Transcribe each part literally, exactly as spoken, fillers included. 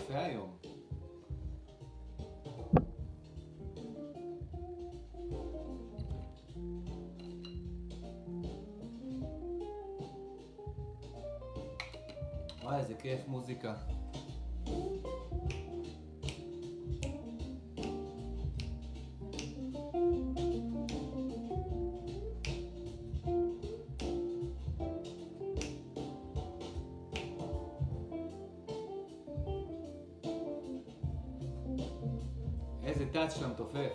יפה היום. וואי, איזה כיף מוזיקה. איזה טאץ' שם תופף.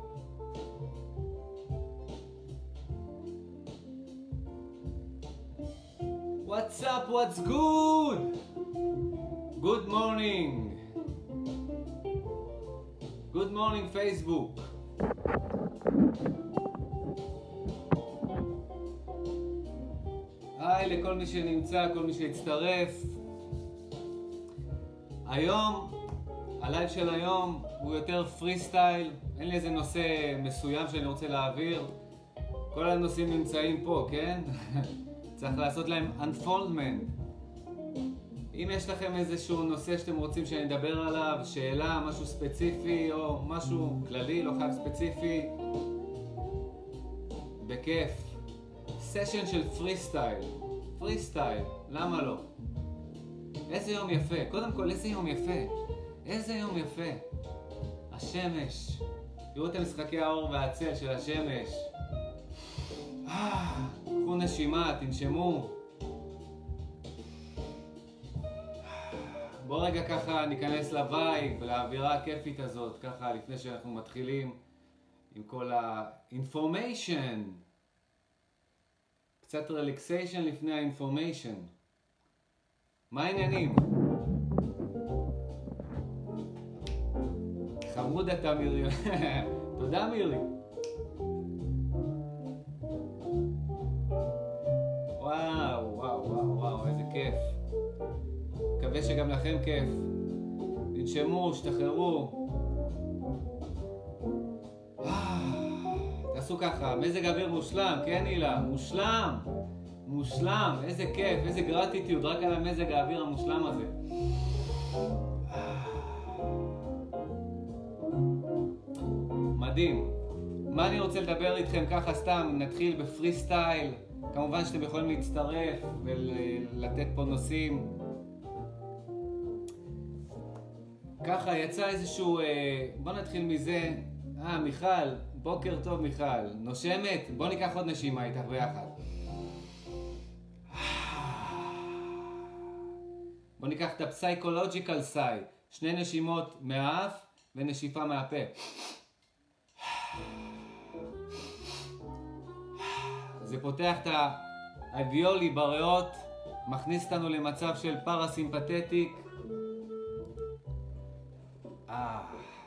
What's up? What's good? Good morning. Good morning Facebook. היי לכל מי שנמצא, כל מי שהצטרף. היום, הלייב של היום הוא יותר פרי סטייל. אין לי איזה נושא מסוים שאני רוצה להעביר. כל הנושאים נמצאים פה, כן? צריך לעשות להם unfoldment. אם יש לכם איזשהו נושא שאתם רוצים שאני אדבר עליו, שאלה, משהו ספציפי או משהו כללי, לא חייב ספציפי, בכיף. סשן של פרי סטייל. פרי סטייל, למה לא? איזה יום יפה. קודם כל, איזה יום יפה. איזה יום יפה. השמש. תראו את המשחקי האור והצל של השמש. אה, קחו נשימה, תנשמו. בואו רגע ככה ניכנס לווייב ולאווירה הכיפית הזאת, ככה לפני שאנחנו מתחילים עם כל ה-information. קצת relaxation לפני ה-information. מה העניינים? חמוד אתה מירי. תודה מירי. וואו, וואו, וואו, וואו, איזה כיף. מקווה שגם לכם כיף. תנשמו, שתחררו. תעשו ככה, מזג אוויר מושלם, כן הילה? מושלם. מושלם, איזה כיף, איזה גרטיטיוד, רק על המזג האוויר המושלם הזה. מדהים. מה אני רוצה לדבר איתכם ככה סתם, נתחיל בפרי סטייל. כמובן שאתם יכולים להצטרף ולתת פה נושאים. ככה יצא איזשהו, בוא נתחיל מזה. אה, מיכל, בוקר טוב מיכל. נושמת? בוא ניקח עוד נשימה איתך ביחד. בוא ניקח את הפסיכולוג'יקל סאי. שני נשימות מהאף ונשיפה מהפה. זה פותח את האלוויולי בריאות, מכניס אותנו למצב של פרסימפתטיק. אה.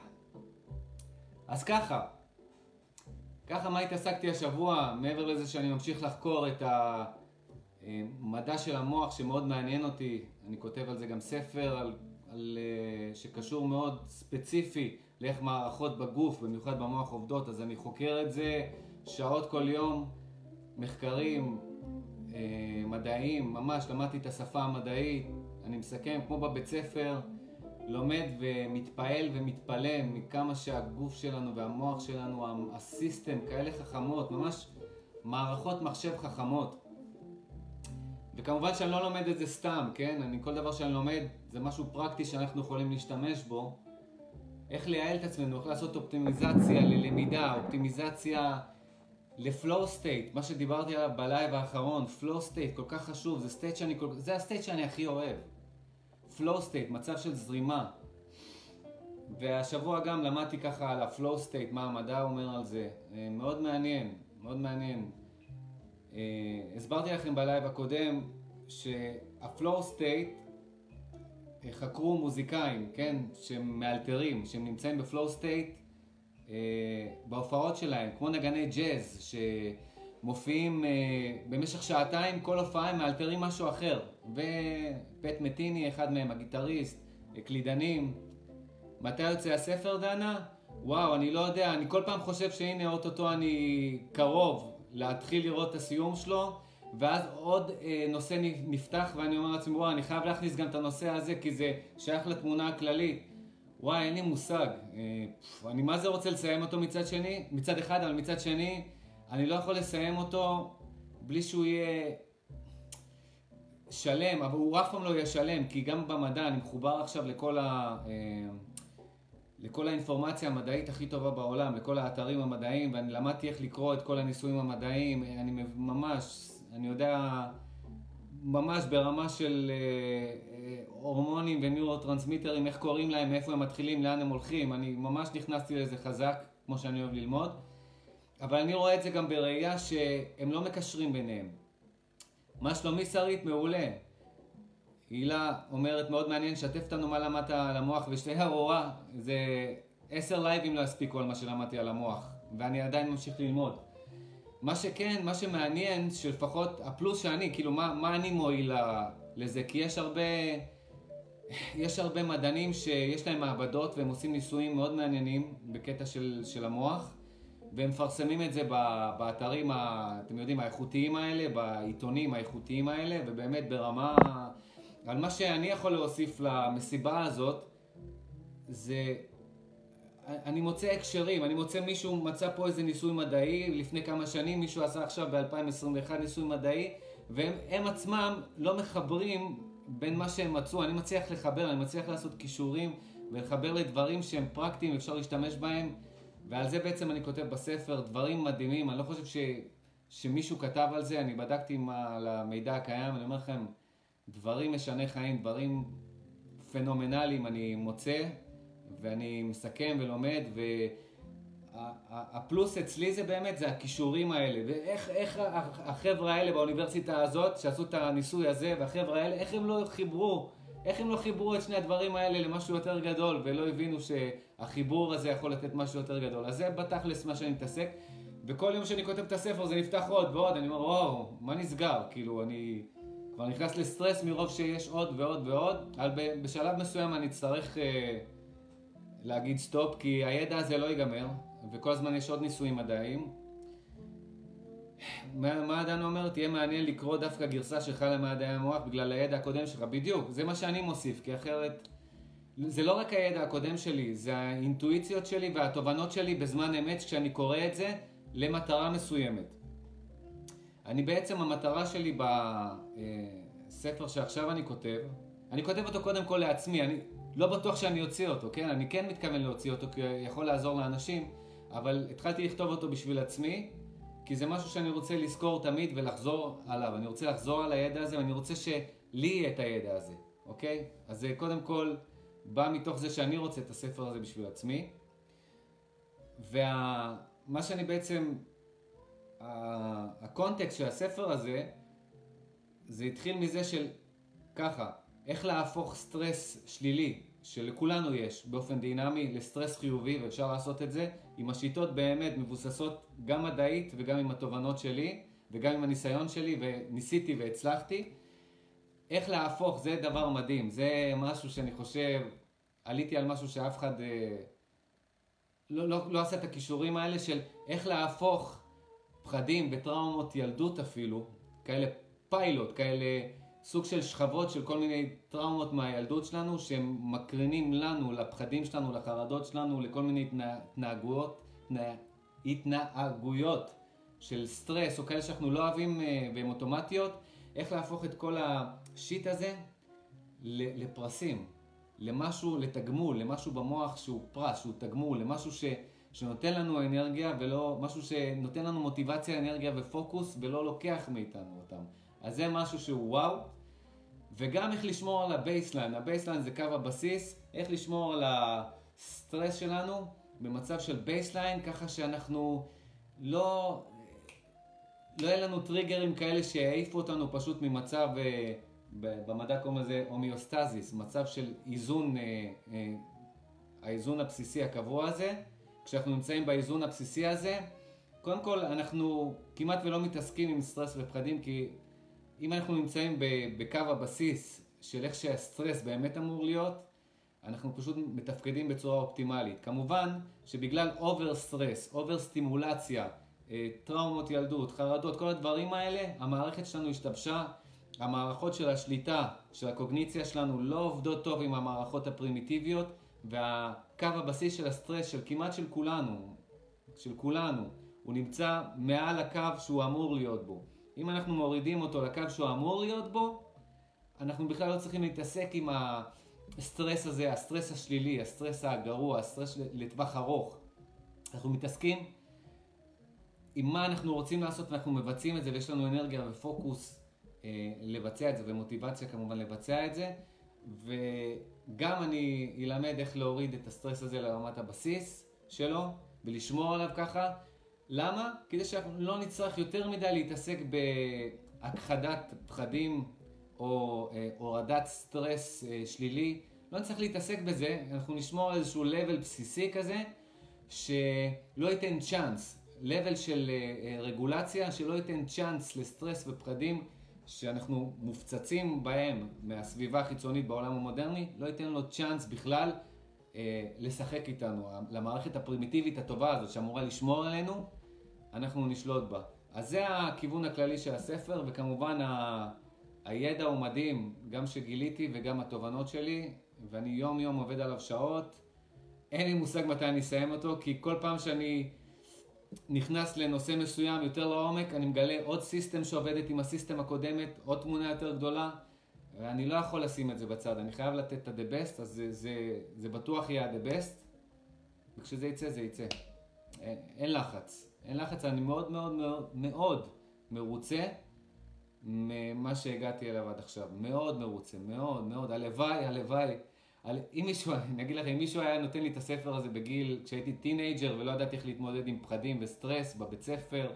אז ככה, ככה מה התעסקתי השבוע, מעבר לזה שאני ממשיך לחקור את המדע של המוח שמאוד מעניין אותי. אני כותב על זה גם ספר על, על, שקשור מאוד ספציפי לאיך מערכות בגוף, במיוחד במוח עובדות, אז אני חוקר את זה שעות כל יום. מחקרים, מדעיים, ממש למדתי את השפה המדעית. אני מסכם כמו בבית ספר, לומד ומתפעל ומתפלא מכמה שהגוף שלנו והמוח שלנו, הסיסטם, כאלה חכמות, ממש מערכות מחשב חכמות. וכמובן שאני לא לומד את זה סתם, כן? אני, כל דבר שאני לומד זה משהו פרקטי שאנחנו יכולים להשתמש בו. איך לייעל את עצמנו, איך לעשות אופטימיזציה ללמידה, אופטימיזציה לפלואו סטייט, מה שדיברתי עליו בלייב האחרון. פלואו סטייט כל כך חשוב, זה סטייט שאני כל... זה הסטייט שאני הכי אוהב. פלואו סטייט, מצב של זרימה. והשבוע גם למדתי ככה על הפלואו סטייט, מה המדע אומר על זה. מאוד מעניין, מאוד מעניין. הסברתי לכם בלייב הקודם שהפלואו סטייט חקרו מוזיקאים, כן, שמאלתרים, שהם נמצאים בפלואו סטייט בהופעות שלהם, כמו נגני ג'אז שמופיעים במשך שעתיים, כל הופעה הם מאלתרים משהו אחר. ופט מטיני, אחד מהם, הגיטריסט, קלידנים. מתי יוצא הספר, דנה? וואו, אני לא יודע, אני כל פעם חושב שהנה אוטוטו אני קרוב להתחיל לראות את הסיום שלו, ואז עוד אה, נושא נפתח, ואני אומר לעצמי, וואי, אני חייב להכניס גם את הנושא הזה, כי זה שייך לתמונה הכללית. וואי, אין לי מושג. אה, פף, אני מה זה רוצה לסיים אותו מצד שני? מצד אחד, אבל מצד שני, אני לא יכול לסיים אותו בלי שהוא יהיה שלם, אבל הוא אף פעם לא יהיה שלם, כי גם במדע אני מחובר עכשיו לכל ה... אה, לכל האינפורמציה המדעית הכי טובה בעולם, לכל האתרים המדעיים, ואני למדתי איך לקרוא את כל הניסויים המדעיים, אני ממש, אני יודע, ממש ברמה של הורמונים וניורוטרנסמיטרים, איך קוראים להם, מאיפה הם מתחילים, לאן הם הולכים, אני ממש נכנסתי לזה חזק, כמו שאני אוהב ללמוד, אבל אני רואה את זה גם בראייה שהם לא מקשרים ביניהם. מה שלומי שרית? מעולה. הילה אומרת, מאוד מעניין, שתף אותנו מה למדת על המוח, ושתי הרורה, זה עשר לייבים לא הספיקו על מה שלמדתי על המוח, ואני עדיין ממשיך ללמוד. מה שכן, מה שמעניין, שלפחות הפלוס שאני, כאילו, מה, מה אני מועיל לזה? כי יש הרבה, יש הרבה מדענים שיש להם מעבדות, והם עושים ניסויים מאוד מעניינים בקטע של, של המוח, והם מפרסמים את זה באתרים, אתם יודעים, האיכותיים האלה, בעיתונים האיכותיים האלה, ובאמת ברמה... על מה שאני יכול להוסיף למסיבה הזאת, זה, אני מוצא הקשרים, אני מוצא מישהו מצא פה איזה ניסוי מדעי, לפני כמה שנים מישהו עשה עכשיו ב-אלפיים עשרים ואחת ניסוי מדעי, והם הם עצמם לא מחברים בין מה שהם מצאו, אני מצליח לחבר, אני מצליח לעשות קישורים, ולחבר לדברים שהם פרקטיים, אפשר להשתמש בהם, ועל זה בעצם אני כותב בספר, דברים מדהימים, אני לא חושב ש, שמישהו כתב על זה, אני בדקתי על המידע הקיים, אני אומר לכם, דברים משנה חיים, דברים פנומנליים אני מוצא, ואני מסכם ולומד, והפלוס אצלי זה באמת, זה הכישורים האלה, ואיך איך החבר'ה האלה באוניברסיטה הזאת, שעשו את הניסוי הזה, והחבר'ה האלה, איך הם לא חיברו, איך הם לא חיברו את שני הדברים האלה למשהו יותר גדול, ולא הבינו שהחיבור הזה יכול לתת משהו יותר גדול. אז זה בתכלס מה שאני מתעסק, וכל יום שאני כותב את הספר זה נפתח עוד ועוד, אני אומר, וואו, מה נסגר? כאילו, אני... כבר נכנס לסטרס מרוב שיש עוד ועוד ועוד, אבל בשלב מסוים אני אצטרך אה, להגיד סטופ, כי הידע הזה לא ייגמר, וכל הזמן יש עוד ניסויים מדעיים. מה, מה אדן אומר? תהיה מעניין לקרוא דווקא גרסה שלך למדעי המוח בגלל הידע הקודם שלך. בדיוק, זה מה שאני מוסיף, כי אחרת... זה לא רק הידע הקודם שלי, זה האינטואיציות שלי והתובנות שלי בזמן אמת כשאני קורא את זה למטרה מסוימת. אני בעצם, המטרה שלי בספר שעכשיו אני כותב, אני כותב אותו קודם כל לעצמי, אני לא בטוח שאני אוציא אותו, כן? אני כן מתכוון להוציא אותו כי יכול לעזור לאנשים, אבל התחלתי לכתוב אותו בשביל עצמי, כי זה משהו שאני רוצה לזכור תמיד ולחזור עליו. אני רוצה לחזור על הידע הזה ואני רוצה שלי יהיה את הידע הזה, אוקיי? אז זה קודם כל בא מתוך זה שאני רוצה את הספר הזה בשביל עצמי, ומה שאני בעצם... הקונטקסט של הספר הזה, זה התחיל מזה של ככה, איך להפוך סטרס שלילי, שלכולנו יש באופן דינמי, לסטרס חיובי, ואפשר לעשות את זה עם השיטות באמת מבוססות גם מדעית וגם עם התובנות שלי, וגם עם הניסיון שלי, וניסיתי והצלחתי. איך להפוך, זה דבר מדהים, זה משהו שאני חושב, עליתי על משהו שאף אחד אה, לא, לא, לא עשה את הכישורים האלה של איך להפוך פחדים וטראומות ילדות אפילו, כאלה פיילוט, כאלה סוג של שכבות של כל מיני טראומות מהילדות שלנו, שהם מקרינים לנו, לפחדים שלנו, לחרדות שלנו, לכל מיני התנהגויות, התנהגויות של סטרס, או כאלה שאנחנו לא אוהבים והן אוטומטיות, איך להפוך את כל השיט הזה לפרסים, למשהו, לתגמול, למשהו במוח שהוא פרס, שהוא תגמול, למשהו ש... שנותן לנו אנרגיה ולא, משהו שנותן לנו מוטיבציה, אנרגיה ופוקוס ולא לוקח מאיתנו אותם. אז זה משהו שהוא וואו. וגם איך לשמור על הבייסליין. הבייסליין זה קו הבסיס, איך לשמור על הסטרס שלנו במצב של בייסליין, ככה שאנחנו לא, לא יהיה לנו טריגרים כאלה שיעיפו אותנו פשוט ממצב, במדע קוראים לזה הומיוסטזיס, מצב של איזון, האיזון הבסיסי הקבוע הזה. כשאנחנו נמצאים באיזון הבסיסי הזה, קודם כל אנחנו כמעט ולא מתעסקים עם סטרס ופחדים, כי אם אנחנו נמצאים בקו הבסיס של איך שהסטרס באמת אמור להיות, אנחנו פשוט מתפקדים בצורה אופטימלית. כמובן שבגלל אובר סטרס, אובר סטימולציה טראומות ילדות, חרדות, כל הדברים האלה, המערכת שלנו השתבשה, המערכות של השליטה, של הקוגניציה שלנו לא עובדות טוב עם המערכות הפרימיטיביות, והקו הבסיס של הסטרס של כמעט של כולנו, של כולנו, הוא נמצא מעל הקו שהוא אמור להיות בו. אם אנחנו מורידים אותו לקו שהוא אמור להיות בו, אנחנו בכלל לא צריכים להתעסק עם הסטרס הזה, הסטרס השלילי, הסטרס הגרוע, הסטרס לטווח ארוך. אנחנו מתעסקים עם מה אנחנו רוצים לעשות ואנחנו מבצעים את זה, ויש לנו אנרגיה ופוקוס אה, לבצע את זה, ומוטיבציה כמובן לבצע את זה. וגם אני אלמד איך להוריד את הסטרס הזה לרמת הבסיס שלו, ולשמור עליו ככה. למה? כדי שאנחנו לא נצטרך יותר מדי להתעסק בהכחדת פחדים או אה, הורדת סטרס אה, שלילי. לא נצטרך להתעסק בזה, אנחנו נשמור על איזשהו level בסיסי כזה, שלא ייתן צ'אנס. level של uh, רגולציה שלא ייתן צ'אנס לסטרס ופחדים שאנחנו מופצצים בהם מהסביבה החיצונית בעולם המודרני, לא ייתן לו צ'אנס בכלל uh, לשחק איתנו. למערכת הפרימיטיבית הטובה הזאת שאמורה לשמור עלינו, אנחנו נשלוט בה. אז זה הכיוון הכללי של הספר, וכמובן ה... הידע הוא מדהים, גם שגיליתי וגם התובנות שלי, ואני יום יום עובד עליו שעות. אין לי מושג מתי אני אסיים אותו, כי כל פעם שאני נכנס לנושא מסוים יותר לעומק, אני מגלה עוד סיסטם שעובדת עם הסיסטם הקודמת, עוד תמונה יותר גדולה, ואני לא יכול לשים את זה בצד, אני חייב לתת את ה-the best, אז זה, זה, זה בטוח יהיה ה-the best, וכשזה יצא, זה יצא. אין, אין לחץ, אין לחץ, אני מאוד מאוד מאוד מאוד מרוצה ממה שהגעתי אליו עד עכשיו, מאוד מרוצה, מאוד מאוד, הלוואי, הלוואי. אם מישהו, אני אגיד לך, אם מישהו היה נותן לי את הספר הזה בגיל, כשהייתי טינאג'ר ולא ידעתי איך להתמודד עם פחדים וסטרס בבית ספר,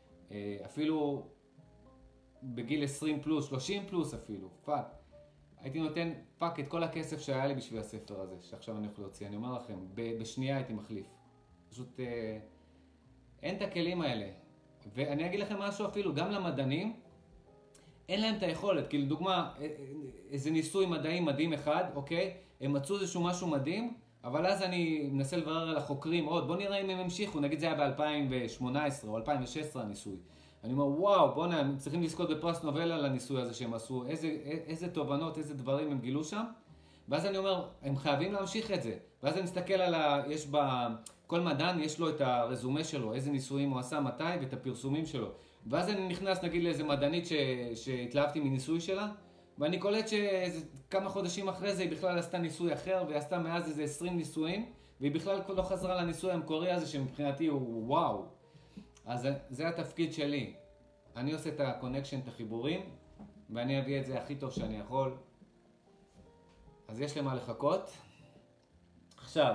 אפילו בגיל עשרים פלוס, שלושים פלוס אפילו, פאק. הייתי נותן פאק את כל הכסף שהיה לי בשביל הספר הזה, שעכשיו אני הולך להוציא. אני אומר לכם, בשנייה הייתי מחליף. פשוט אין את הכלים האלה. ואני אגיד לכם משהו אפילו, גם למדענים, אין להם את היכולת, כי לדוגמה, איזה ניסוי מדעי מדהים אחד, אוקיי? הם מצאו איזשהו משהו מדהים, אבל אז אני מנסה לברר על החוקרים עוד, בוא נראה אם הם המשיכו, נגיד זה היה ב-אלפיים ושמונה עשרה או אלפיים ושש עשרה הניסוי. אני אומר, וואו, בוא נראה, הם צריכים לזכות בפרס נובל על הניסוי הזה שהם עשו, איזה, איזה תובנות, איזה דברים הם גילו שם, ואז אני אומר, הם חייבים להמשיך את זה. ואז אני מסתכל על ה... יש בה... כל מדען יש לו את הרזומה שלו, איזה ניסויים הוא עשה, מתי, ואת הפרסומים שלו. ואז אני נכנס, נגיד, לאיזה מדענית ש... שהתלהבתי מניסוי שלה, ואני קולט שכמה חודשים אחרי זה היא בכלל עשתה ניסוי אחר, והיא עשתה מאז איזה עשרים ניסויים, והיא בכלל לא חזרה לניסוי המקורי הזה, שמבחינתי הוא וואו. אז זה התפקיד שלי. אני עושה את הקונקשן, את החיבורים, ואני אביא את זה הכי טוב שאני יכול. אז יש למה לחכות. עכשיו,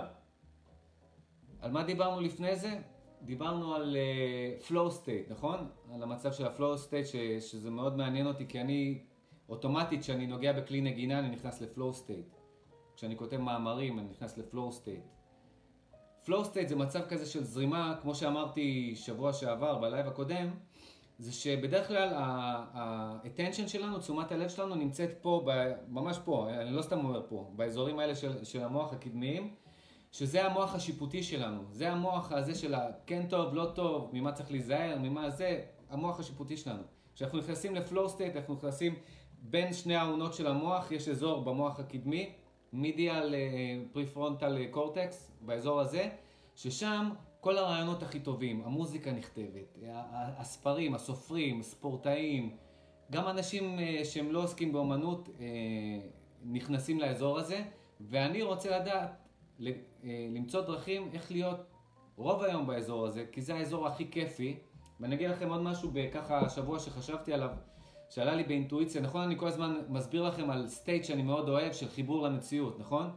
על מה דיברנו לפני זה? דיברנו על uh, flow state, נכון? על המצב של ה-flow state, ש, שזה מאוד מעניין אותי, כי אני, אוטומטית, כשאני נוגע בכלי נגינה, אני נכנס ל-flow state. כשאני כותב מאמרים, אני נכנס ל-flow state. flow state זה מצב כזה של זרימה, כמו שאמרתי שבוע שעבר, בלייב הקודם, זה שבדרך כלל ה-attention שלנו, תשומת הלב שלנו, נמצאת פה, ממש פה, אני לא סתם אומר פה, באזורים האלה של, של המוח הקדמיים, שזה המוח השיפוטי שלנו, זה המוח הזה של כן טוב, לא טוב, ממה צריך להיזהר, ממה זה, המוח השיפוטי שלנו. כשאנחנו נכנסים לפלואו סטייט, אנחנו נכנסים בין שני העונות של המוח, יש אזור במוח הקדמי, מידיאל פריפרונטל קורטקס, באזור הזה, ששם כל הרעיונות הכי טובים, המוזיקה נכתבת, הספרים, הסופרים, ספורטאים, גם אנשים שהם לא עוסקים באומנות נכנסים לאזור הזה, ואני רוצה לדעת, למצוא דרכים איך להיות רוב היום באזור הזה, כי זה האזור הכי כיפי. ואני אגיד לכם עוד משהו בככה השבוע שחשבתי עליו, שעלה לי באינטואיציה, נכון? אני כל הזמן מסביר לכם על סטייט שאני מאוד אוהב, של חיבור למציאות, נכון?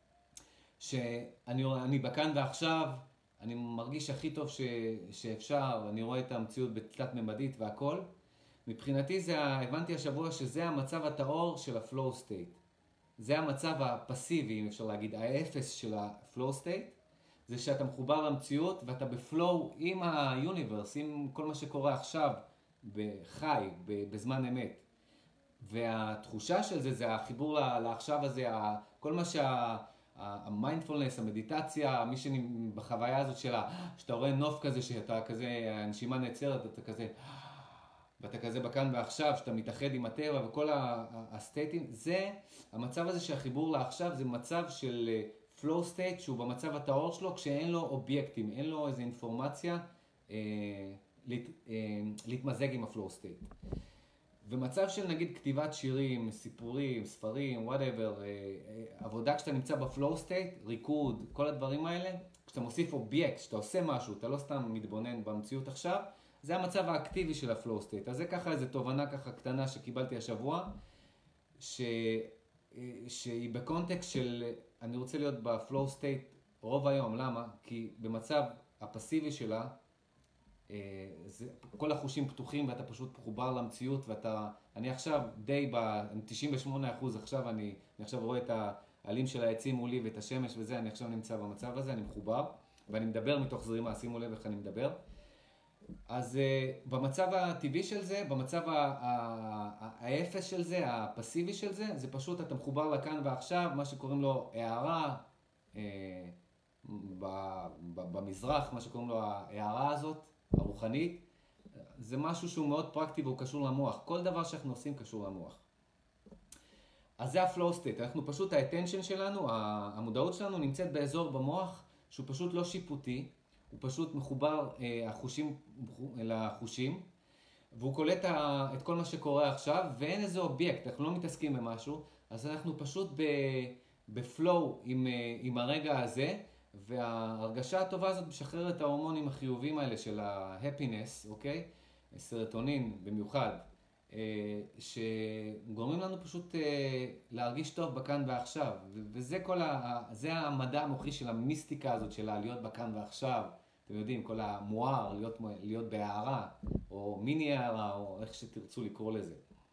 שאני אני בכאן ועכשיו, אני מרגיש הכי טוב ש, שאפשר, אני רואה את המציאות בתלת ממדית והכל. מבחינתי זה, הבנתי השבוע שזה המצב הטהור של הפלואו סטייט. זה המצב הפסיבי, אם אפשר להגיד, האפס של הפלואו סטייט, זה שאתה מחובר למציאות ואתה בפלואו עם היוניברס, עם כל מה שקורה עכשיו, בחי, בזמן אמת. והתחושה של זה, זה החיבור לעכשיו הזה, כל מה שה... המיינדפולנס, המדיטציה, מי שבחוויה הזאת שלה, שאתה רואה נוף כזה, שאתה כזה, הנשימה נעצרת, אתה כזה, ואתה כזה בכאן ועכשיו, שאתה מתאחד עם הטבע וכל הסטייטים, זה המצב הזה שהחיבור לעכשיו, זה מצב של flow state, שהוא במצב הטהור שלו, כשאין לו אובייקטים, אין לו איזו אינפורמציה, אה, להת, אה, להתמזג עם ה-flow state. ומצב של נגיד כתיבת שירים, סיפורים, ספרים, whatever, אה, אה, עבודה כשאתה נמצא ב-flow state, ריקוד, כל הדברים האלה, כשאתה מוסיף אובייקט, כשאתה עושה משהו, אתה לא סתם מתבונן במציאות עכשיו, זה המצב האקטיבי של ה-flow state. אז זה ככה איזו תובנה ככה קטנה שקיבלתי השבוע, ש... שהיא בקונטקסט של אני רוצה להיות ב-flow state רוב היום. למה? כי במצב הפסיבי שלה, זה, כל החושים פתוחים ואתה פשוט מחובר למציאות, ואתה, אני עכשיו די ב-תשעים ושמונה אחוז עכשיו, אני, אני עכשיו רואה את העלים של העצים מולי ואת השמש וזה, אני עכשיו נמצא במצב הזה, אני מחובר, ואני מדבר מתוך זרימה, שימו לב איך אני מדבר. אז uh, במצב הטבעי של זה, במצב האפס של זה, הפסיבי של זה, זה פשוט אתה מחובר לכאן ועכשיו, מה שקוראים לו הערה, uh, במזרח, מה שקוראים לו ההערה הזאת, הרוחנית, זה משהו שהוא מאוד פרקטי והוא קשור למוח. כל דבר שאנחנו עושים קשור למוח. אז זה ה-flow state. אנחנו פשוט, ה-attention שלנו, המודעות שלנו נמצאת באזור במוח שהוא פשוט לא שיפוטי, הוא פשוט מחובר אה, החושים, לחושים, והוא קולט את כל מה שקורה עכשיו, ואין איזה אובייקט, אנחנו לא מתעסקים במשהו, אז אנחנו פשוט בפלואו עם, עם הרגע הזה, וההרגשה הטובה הזאת משחררת את ההורמונים החיוביים האלה של ה-happiness, אוקיי? סרטונין במיוחד, שגורמים לנו פשוט להרגיש טוב בכאן ועכשיו, וזה כל ה... זה המדע המוחי של המיסטיקה הזאת של להיות בכאן ועכשיו. אתם יודעים, כל המואר, להיות, להיות בהערה, או מיני הערה, או איך שתרצו לקרוא לזה.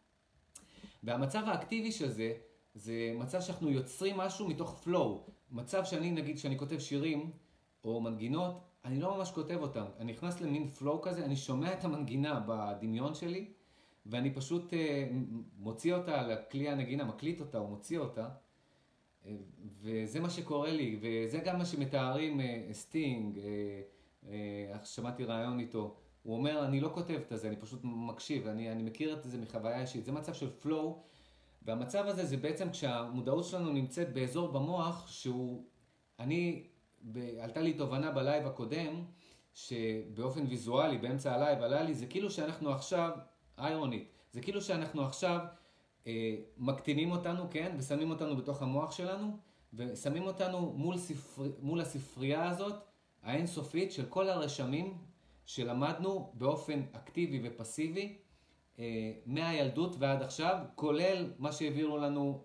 והמצב האקטיבי של זה, זה מצב שאנחנו יוצרים משהו מתוך פלואו. מצב שאני, נגיד, שאני כותב שירים, או מנגינות, אני לא ממש כותב אותם. אני נכנס למין פלואו כזה, אני שומע את המנגינה בדמיון שלי, ואני פשוט uh, מוציא אותה לכלי הנגינה, מקליט אותה או מוציא אותה, uh, וזה מה שקורה לי, וזה גם מה שמתארים uh, סטינג, uh, uh, שמעתי רעיון איתו, הוא אומר, אני לא כותב את זה, אני פשוט מקשיב, אני, אני מכיר את זה מחוויה אישית, זה מצב של פלואו, והמצב הזה זה בעצם כשהמודעות שלנו נמצאת באזור במוח, שהוא, אני, ב, עלתה לי תובנה בלייב הקודם, שבאופן ויזואלי, באמצע הלייב עלה לי, זה כאילו שאנחנו עכשיו, איירונית, זה כאילו שאנחנו עכשיו אה, מקטינים אותנו, כן, ושמים אותנו בתוך המוח שלנו, ושמים אותנו מול, ספר, מול הספרייה הזאת, האינסופית של כל הרשמים שלמדנו באופן אקטיבי ופסיבי, אה, מהילדות ועד עכשיו, כולל מה שהעבירו לנו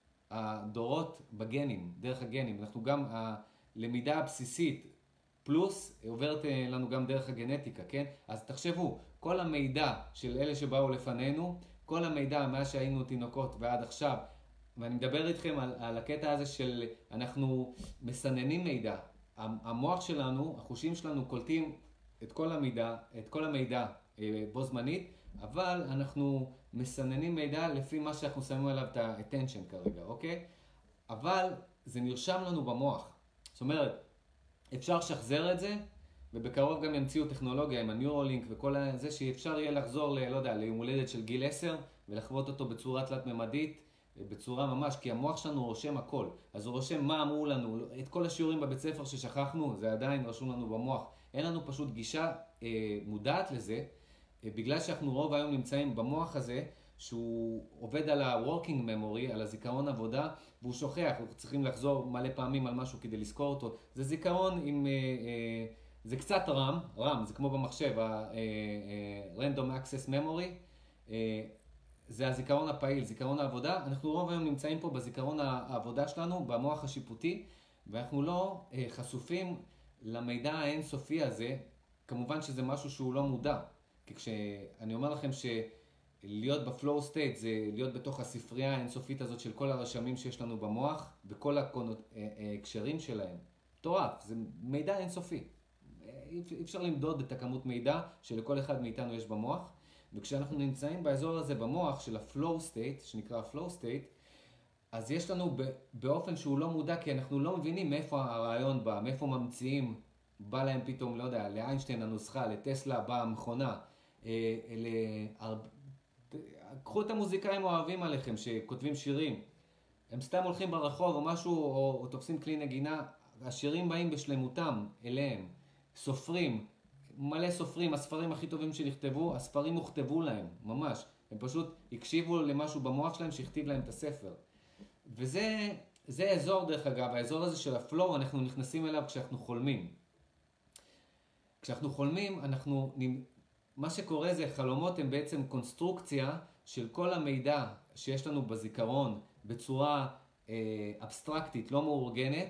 הדורות בגנים, דרך הגנים. אנחנו גם, הלמידה הבסיסית פלוס עוברת לנו גם דרך הגנטיקה, כן? אז תחשבו, כל המידע של אלה שבאו לפנינו, כל המידע מאז שהיינו תינוקות ועד עכשיו, ואני מדבר איתכם על, על הקטע הזה של אנחנו מסננים מידע. המוח שלנו, החושים שלנו קולטים את כל המידע, את כל המידע בו זמנית, אבל אנחנו מסננים מידע לפי מה שאנחנו שמים עליו את ה-attention כרגע, אוקיי? אבל זה נרשם לנו במוח. זאת אומרת, אפשר לשחזר את זה, ובקרוב גם ימציאו טכנולוגיה עם הניורולינק וכל זה, שאפשר יהיה לחזור ל, לא יודע, ליום הולדת של גיל עשר, ולחוות אותו בצורה תלת-ממדית, בצורה ממש, כי המוח שלנו רושם הכל. אז הוא רושם מה אמרו לנו, את כל השיעורים בבית ספר ששכחנו, זה עדיין רשום לנו במוח. אין לנו פשוט גישה אה, מודעת לזה, אה, בגלל שאנחנו רוב היום נמצאים במוח הזה, שהוא עובד על ה-working memory, על הזיכרון עבודה, והוא שוכח, אנחנו צריכים לחזור מלא פעמים על משהו כדי לזכור אותו. זה זיכרון עם, אה, אה, זה קצת רם, רם, זה כמו במחשב, ה-random access memory, אה, זה הזיכרון הפעיל, זיכרון העבודה. אנחנו רוב היום נמצאים פה בזיכרון העבודה שלנו, במוח השיפוטי, ואנחנו לא אה, חשופים למידע האינסופי הזה. כמובן שזה משהו שהוא לא מודע, כי כשאני אומר לכם ש... להיות בפלואו סטייט זה להיות בתוך הספרייה האינסופית הזאת של כל הרשמים שיש לנו במוח וכל הקשרים שלהם. מטורף, זה מידע אינסופי. אי אפשר למדוד את הכמות מידע שלכל אחד מאיתנו יש במוח, וכשאנחנו נמצאים באזור הזה במוח של הפלואו סטייט, שנקרא הפלואו סטייט, אז יש לנו באופן שהוא לא מודע, כי אנחנו לא מבינים מאיפה הרעיון בא, מאיפה ממציאים, בא להם פתאום, לא יודע, לאיינשטיין הנוסחה, לטסלה באה המכונה, אה, להרב... קחו את המוזיקאים האוהבים עליכם שכותבים שירים, הם סתם הולכים ברחוב או משהו, או, או תופסים כלי נגינה, השירים באים בשלמותם אליהם, סופרים, מלא סופרים, הספרים הכי טובים שנכתבו, הספרים הוכתבו להם, ממש, הם פשוט הקשיבו למשהו במוח שלהם שהכתיב להם את הספר. וזה זה אזור, דרך אגב, האזור הזה של הפלואו, אנחנו נכנסים אליו כשאנחנו חולמים. כשאנחנו חולמים, אנחנו, מה שקורה זה, חלומות הם בעצם קונסטרוקציה של כל המידע שיש לנו בזיכרון בצורה אה, אבסטרקטית, לא מאורגנת,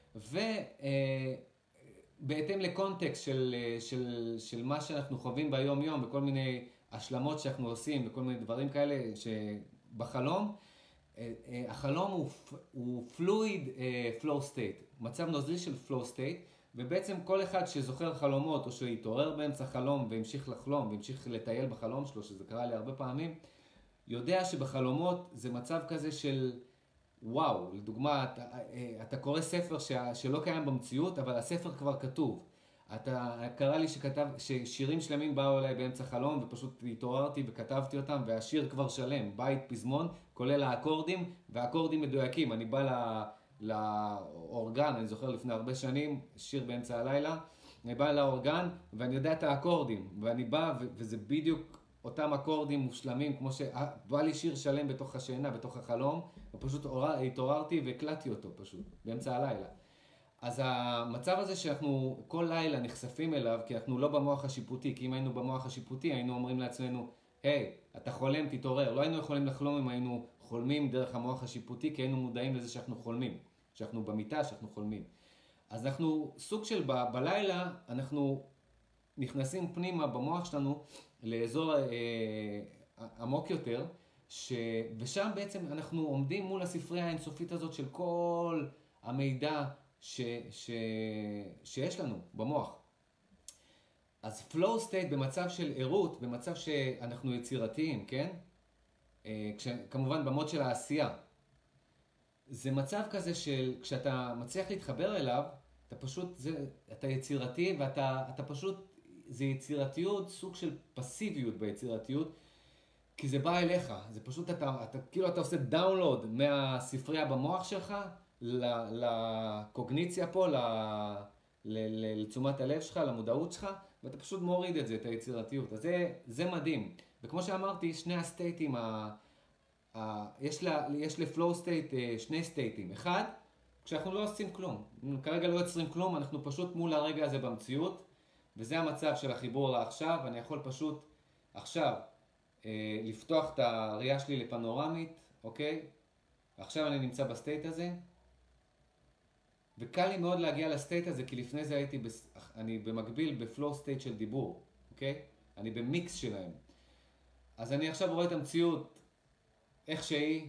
ובהתאם אה, לקונטקסט של, של, של מה שאנחנו חווים ביום יום, בכל מיני השלמות שאנחנו עושים, בכל מיני דברים כאלה שבחלום, החלום הוא, הוא fluid uh, flow state, מצב נוזלי של flow state, ובעצם כל אחד שזוכר חלומות או שהתעורר באמצע חלום והמשיך לחלום והמשיך לטייל בחלום שלו, שזה קרה לי הרבה פעמים, יודע שבחלומות זה מצב כזה של וואו, לדוגמה, אתה, אתה קורא ספר ש, שלא קיים במציאות, אבל הספר כבר כתוב. אתה, קרה לי שכתב, ששירים שלמים באו אליי באמצע חלום, ופשוט התעוררתי וכתבתי אותם, והשיר כבר שלם, בית פזמון, כולל האקורדים, והאקורדים מדויקים. אני בא לא, לאורגן, אני זוכר לפני הרבה שנים, שיר באמצע הלילה, אני בא לאורגן, ואני יודע את האקורדים, ואני בא, ו, וזה בדיוק אותם אקורדים מושלמים, כמו שבא לי שיר שלם בתוך השינה, בתוך החלום, ופשוט התעוררתי והקלטתי אותו פשוט, באמצע הלילה. אז המצב הזה שאנחנו כל לילה נחשפים אליו, כי אנחנו לא במוח השיפוטי, כי אם היינו במוח השיפוטי, היינו אומרים לעצמנו, היי, אתה חולם, תתעורר. לא היינו יכולים לחלום אם היינו חולמים דרך המוח השיפוטי, כי היינו מודעים לזה שאנחנו חולמים, שאנחנו במיטה, שאנחנו חולמים. אז אנחנו, סוג של ב, בלילה, אנחנו נכנסים פנימה במוח שלנו לאזור אה, עמוק יותר, ש... ושם בעצם אנחנו עומדים מול הספרייה האינסופית הזאת של כל המידע ש... ש... שיש לנו במוח. אז flow state במצב של עירות, במצב שאנחנו יצירתיים, כן? כש... כמובן במוד של העשייה. זה מצב כזה של כשאתה מצליח להתחבר אליו, אתה פשוט, זה... אתה יצירתי ואתה אתה פשוט, זה יצירתיות, סוג של פסיביות ביצירתיות, כי זה בא אליך, זה פשוט, אתה, אתה, כאילו אתה עושה דאונלוד מהספרייה במוח שלך, לקוגניציה פה, לתשומת הלב שלך, למודעות שלך, ואתה פשוט מוריד את זה, את היצירתיות. אז זה, זה מדהים. וכמו שאמרתי, שני הסטייטים, ה, ה, יש, לה, יש לפלואו סטייט שני סטייטים. אחד, כשאנחנו לא עושים כלום. כרגע לא יוצרים כלום, אנחנו פשוט מול הרגע הזה במציאות, וזה המצב של החיבור לעכשיו, אני יכול פשוט עכשיו אה, לפתוח את הראייה שלי לפנורמית, אוקיי? עכשיו אני נמצא בסטייט הזה, וקל לי מאוד להגיע לסטייט הזה, כי לפני זה הייתי, בס... אני במקביל בפלואו סטייט של דיבור, אוקיי? אני במיקס שלהם. אז אני עכשיו רואה את המציאות איך שהיא,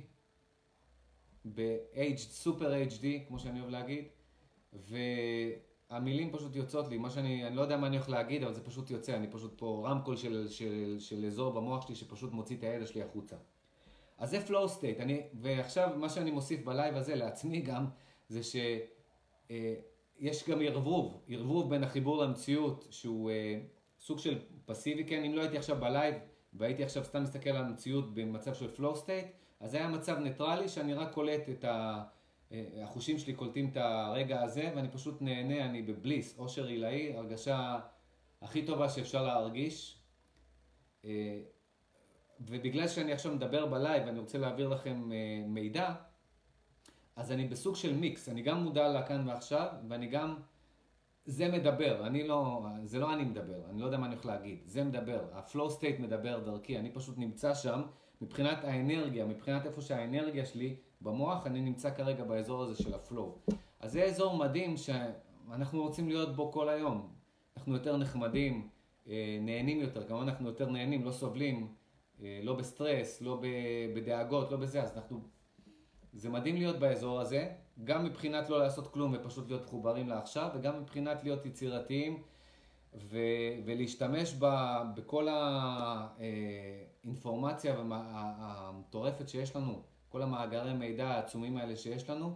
ב-H, סופר אייץ' די, כמו שאני אוהב להגיד, והמילים פשוט יוצאות לי, מה שאני, אני לא יודע מה אני הולך להגיד, אבל זה פשוט יוצא, אני פשוט פה רמקול של, של, של אזור במוח שלי, שפשוט מוציא את הידע שלי החוצה. אז זה flow state, אני, ועכשיו מה שאני מוסיף בלייב הזה לעצמי גם, זה ש... יש גם ערבוב, ערבוב בין החיבור למציאות, שהוא אה, סוג של פסיבי, כן? אם לא הייתי עכשיו בלייב, והייתי עכשיו סתם מסתכל על המציאות במצב של flow state, אז זה היה מצב ניטרלי שאני רק קולט את ה... החושים שלי קולטים את הרגע הזה, ואני פשוט נהנה, אני בבליס, אושר עילאי, הרגשה הכי טובה שאפשר להרגיש. אה, ובגלל שאני עכשיו מדבר בלייב, ואני רוצה להעביר לכם אה, מידע, אז אני בסוג של מיקס, אני גם מודע לכאן ועכשיו, ואני גם, זה מדבר, אני לא, זה לא אני מדבר, אני לא יודע מה אני הולך להגיד, זה מדבר, הפלואו סטייט מדבר דרכי, אני פשוט נמצא שם, מבחינת האנרגיה, מבחינת איפה שהאנרגיה שלי במוח, אני נמצא כרגע באזור הזה של הפלואו. אז זה אזור מדהים שאנחנו רוצים להיות בו כל היום, אנחנו יותר נחמדים, נהנים יותר, כמובן אנחנו יותר נהנים, לא סובלים, לא בסטרס, לא בדאגות, לא בזה, אז אנחנו... זה מדהים להיות באזור הזה, גם מבחינת לא לעשות כלום ופשוט להיות מחוברים לעכשיו, וגם מבחינת להיות יצירתיים ו- ולהשתמש ב- בכל האינפורמציה המטורפת שיש לנו כל המאגרי מידע העצומים האלה שיש לנו,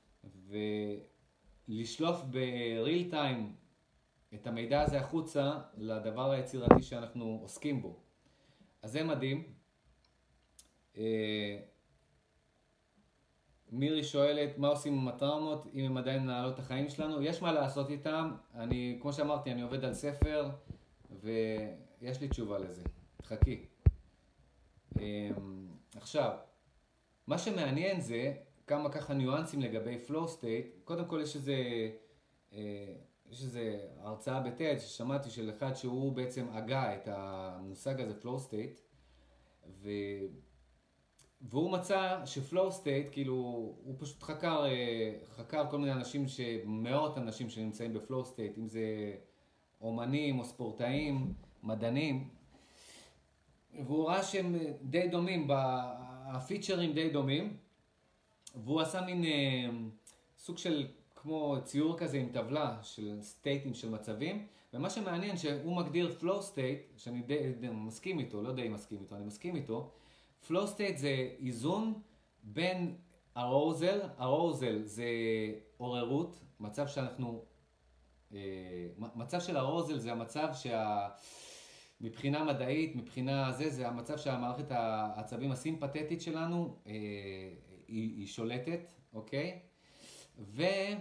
ולשלוף ב-real time את המידע הזה החוצה לדבר היצירתי שאנחנו עוסקים בו. אז זה מדהים. מירי שואלת מה עושים עם הטראומות אם הם עדיין מנהלות את החיים שלנו. יש מה לעשות איתם. אני, כמו שאמרתי, אני עובד על ספר ויש לי תשובה לזה. תחכי. עכשיו, מה שמעניין זה כמה ככה ניואנסים לגבי flow state. קודם כל יש איזה, יש איזה הרצאה בטד ששמעתי של אחד שהוא בעצם הגה את המושג הזה flow state, ו... והוא מצא שפלואו סטייט, כאילו, הוא פשוט חקר, חקר כל מיני אנשים, מאות אנשים שנמצאים בפלואו סטייט, אם זה אומנים או ספורטאים, מדענים, והוא ראה שהם די דומים, הפיצ'רים די דומים, והוא עשה מין סוג של כמו ציור כזה עם טבלה של סטייטים של מצבים, ומה שמעניין שהוא מגדיר פלואו סטייט, שאני די, די מסכים איתו, לא די מסכים איתו, אני מסכים איתו, פלואו סטייט זה איזון בין ארוזל, ארוזל זה עוררות, מצב שאנחנו, מצב של ארוזל זה המצב שה... מבחינה מדעית, מבחינה זה, זה המצב שהמערכת העצבים הסימפתטית שלנו היא, היא שולטת, אוקיי? וזה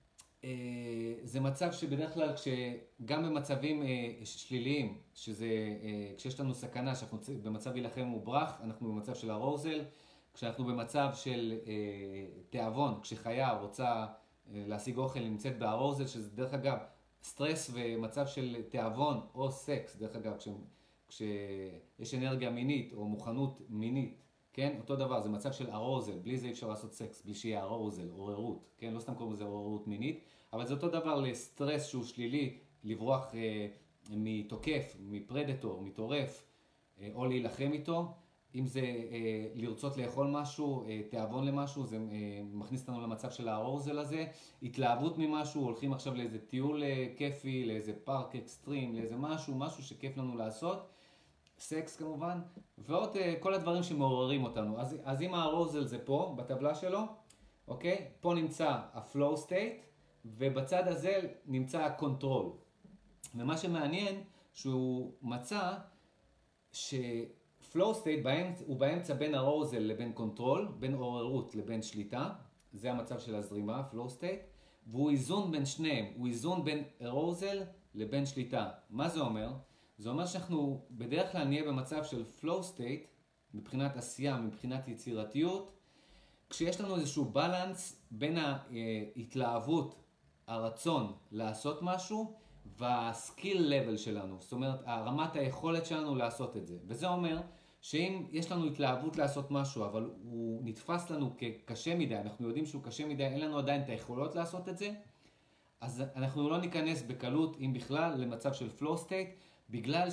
מצב שבדרך כלל כשגם במצבים שליליים, שזה כשיש לנו סכנה, שאנחנו במצב להילחם וברח, אנחנו במצב של ארוזל, כשאנחנו במצב של תיאבון, כשחיה רוצה להשיג אוכל, נמצאת בארוזל, שזה דרך אגב, סטרס ומצב של תיאבון או סקס, דרך אגב, כש, כשיש אנרגיה מינית או מוכנות מינית, כן? אותו דבר, זה מצב של ארוזל, בלי זה אי אפשר לעשות סקס, בלי שיהיה ארוזל, עוררות, כן? לא סתם קוראים לזה עוררות מינית, אבל זה אותו דבר לסטרס שהוא שלילי, לברוח אה, מתוקף, מפרדטור, מטורף, אה, או להילחם איתו, אם זה אה, לרצות לאכול משהו, אה, תיאבון למשהו, זה אה, מכניס אותנו למצב של הארוזל הזה, התלהבות ממשהו, הולכים עכשיו לאיזה טיול אה, כיפי, לאיזה פארק אקסטרים, לאיזה משהו, משהו שכיף לנו לעשות, סקס כמובן, ועוד אה, כל הדברים שמעוררים אותנו. אז, אז אם הארוזל זה פה, בטבלה שלו, אוקיי? פה נמצא הפלואו סטייט, ובצד הזה נמצא הקונטרול. ומה שמעניין, שהוא מצא ש... פלואו סטייט הוא באמצע בין ארוזל לבין קונטרול, בין עוררות לבין שליטה, זה המצב של הזרימה, פלואו סטייט, והוא איזון בין שניהם, הוא איזון בין ארוזל לבין שליטה. מה זה אומר? זה אומר שאנחנו בדרך כלל נהיה במצב של פלואו סטייט, מבחינת עשייה, מבחינת יצירתיות, כשיש לנו איזשהו בלנס בין ההתלהבות, הרצון לעשות משהו, והסקיל לבל שלנו, זאת אומרת, הרמת היכולת שלנו לעשות את זה. וזה אומר שאם יש לנו התלהבות לעשות משהו, אבל הוא נתפס לנו כקשה מדי, אנחנו יודעים שהוא קשה מדי, אין לנו עדיין את היכולות לעשות את זה, אז אנחנו לא ניכנס בקלות, אם בכלל, למצב של flow state, בגלל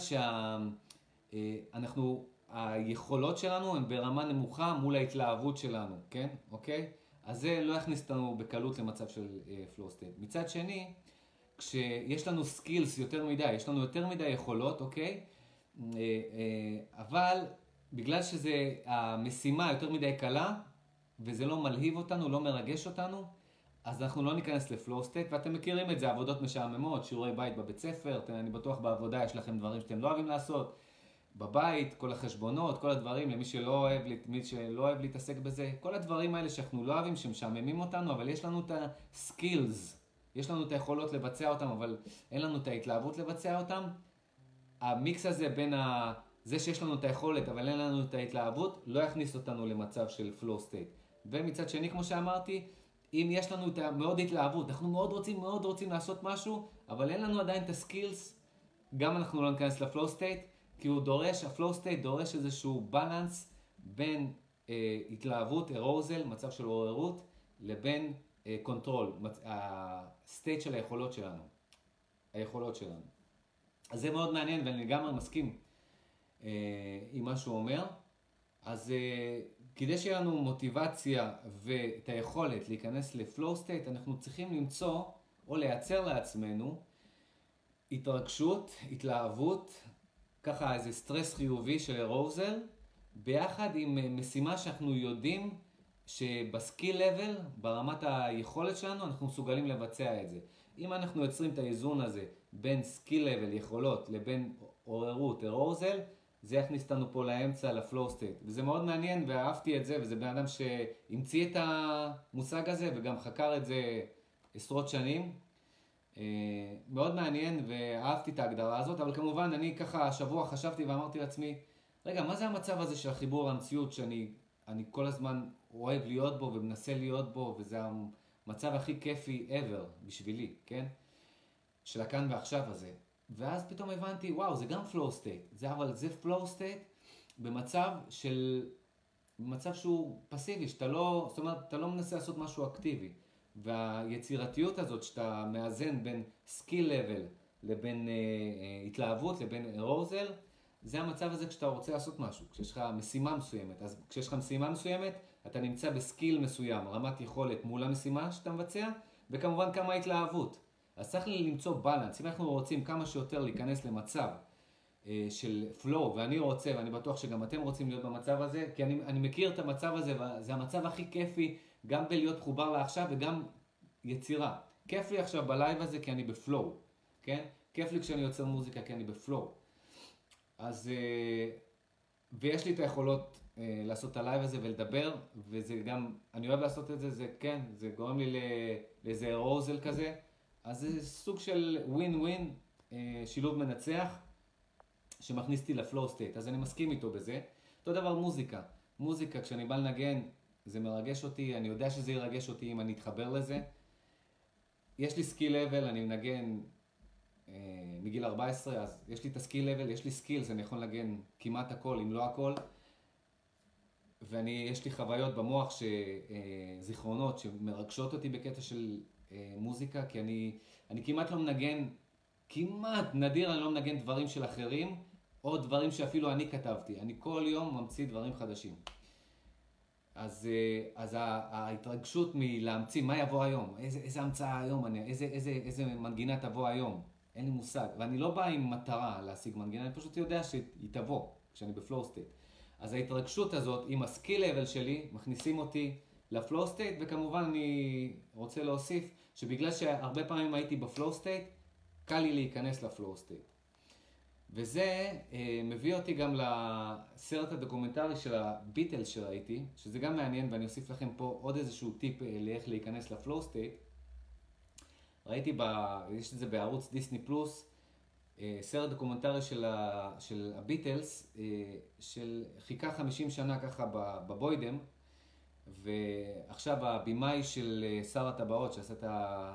שאנחנו, היכולות שלנו הן ברמה נמוכה מול ההתלהבות שלנו, כן? אוקיי? אז זה לא יכניס אותנו בקלות למצב של flow state. מצד שני, כשיש לנו סקילס יותר מדי, יש לנו יותר מדי יכולות, אוקיי? אבל בגלל שזה המשימה יותר מדי קלה, וזה לא מלהיב אותנו, לא מרגש אותנו, אז אנחנו לא ניכנס לפלואו סטייט, ואתם מכירים את זה, עבודות משעממות, שיעורי בית בבית ספר, אני בטוח בעבודה יש לכם דברים שאתם לא אוהבים לעשות, בבית, כל החשבונות, כל הדברים, למי שלא אוהב, מי שלא אוהב להתעסק בזה, כל הדברים האלה שאנחנו לא אוהבים, שמשעממים אותנו, אבל יש לנו את הסקילס, יש לנו את היכולות לבצע אותם, אבל אין לנו את ההתלהבות לבצע אותם. המיקס הזה בין ה... זה שיש לנו את היכולת, אבל אין לנו את ההתלהבות, לא יכניס אותנו למצב של flow state. ומצד שני, כמו שאמרתי, אם יש לנו את מאוד התלהבות, אנחנו מאוד רוצים, מאוד רוצים לעשות משהו, אבל אין לנו עדיין את הסקילס, גם אנחנו לא ניכנס לפלואו סטייט, כי הוא דורש, הפלואו סטייט דורש איזשהו בלנס בין אה, התלהבות, ארוזל, מצב של עוררות, לבין קונטרול, הסטייט של היכולות שלנו, היכולות שלנו. אז זה מאוד מעניין ואני לגמרי מסכים אה, עם מה שהוא אומר. אז אה, כדי שיהיה לנו מוטיבציה ואת היכולת להיכנס לפלואו סטייט, אנחנו צריכים למצוא או לייצר לעצמנו התרגשות, התלהבות, ככה איזה סטרס חיובי של ארוזל, ביחד עם משימה שאנחנו יודעים שבסקיל לבל, ברמת היכולת שלנו, אנחנו מסוגלים לבצע את זה. אם אנחנו יוצרים את האיזון הזה בין סקיל לבל, יכולות, לבין עוררות, ארוזל, זה יכניס אותנו פה לאמצע, לפלואו סטייט. וזה מאוד מעניין ואהבתי את זה, וזה בן אדם שהמציא את המושג הזה וגם חקר את זה עשרות שנים. מאוד מעניין ואהבתי את ההגדרה הזאת, אבל כמובן אני ככה השבוע חשבתי ואמרתי לעצמי, רגע, מה זה המצב הזה של החיבור למציאות שאני אני כל הזמן אוהב להיות בו ומנסה להיות בו, וזה המצב הכי כיפי ever בשבילי, כן? של הכאן ועכשיו הזה. ואז פתאום הבנתי, וואו, זה גם flow state. זה, אבל זה flow state במצב של, במצב שהוא פסיבי, שאתה לא, זאת אומרת, אתה לא מנסה לעשות משהו אקטיבי. והיצירתיות הזאת שאתה מאזן בין skill level לבין אה, אה, התלהבות, לבין arousal, זה המצב הזה כשאתה רוצה לעשות משהו, כשיש לך משימה מסוימת. אז כשיש לך משימה מסוימת, אתה נמצא בסקיל מסוים, רמת יכולת מול המשימה שאתה מבצע, וכמובן כמה התלהבות. אז צריך למצוא בלנס. אם אנחנו רוצים כמה שיותר להיכנס למצב אה, של פלואו, ואני רוצה, ואני בטוח שגם אתם רוצים להיות במצב הזה, כי אני, אני מכיר את המצב הזה, וזה המצב הכי כיפי, גם בלהיות חובר לעכשיו וגם יצירה. כיף לי עכשיו בלייב הזה כי אני בפלואו, כן? כיף לי כשאני יוצר מוזיקה כי אני בפלואו. אז, ויש לי את היכולות לעשות את הלייב הזה ולדבר, וזה גם, אני אוהב לעשות את זה, זה כן, זה גורם לי לאיזה רוזל כזה, אז זה סוג של ווין ווין, שילוב מנצח, שמכניס אותי לפלואו סטייט, אז אני מסכים איתו בזה. אותו דבר מוזיקה, מוזיקה כשאני בא לנגן, זה מרגש אותי, אני יודע שזה ירגש אותי אם אני אתחבר לזה. יש לי סקיל לבל, אני מנגן מגיל ארבע עשרה, אז יש לי את הסקיל לבל, יש לי סקילס, אני יכול לנגן כמעט הכל, אם לא הכל. ואני, יש לי חוויות במוח, זיכרונות שמרגשות אותי בקטע של מוזיקה, כי אני, אני כמעט לא מנגן, כמעט נדיר אני לא מנגן דברים של אחרים, או דברים שאפילו אני כתבתי. אני כל יום ממציא דברים חדשים. אז, אז ההתרגשות מלהמציא מה יבוא היום, איזה, איזה המצאה היום, אני, איזה, איזה, איזה מנגינה תבוא היום. אין לי מושג, ואני לא בא עם מטרה להשיג מנגינה, אני פשוט יודע שהיא תבוא כשאני בפלואו סטייט. אז ההתרגשות הזאת עם הסקיל לבל שלי מכניסים אותי לפלואו סטייט, וכמובן אני רוצה להוסיף שבגלל שהרבה פעמים הייתי בפלואו סטייט, קל לי להיכנס לפלואו סטייט. וזה אה, מביא אותי גם לסרט הדוקומנטרי של הביטלס שראיתי, שזה גם מעניין, ואני אוסיף לכם פה עוד איזשהו טיפ אה, לאיך להיכנס לפלואו סטייט. ראיתי, ב... יש את זה בערוץ דיסני פלוס, סרט דוקומנטרי של, ה... של הביטלס, של חיכה חמישים שנה ככה בבוידם, ועכשיו הבימאי של שר הטבעות, שעשה את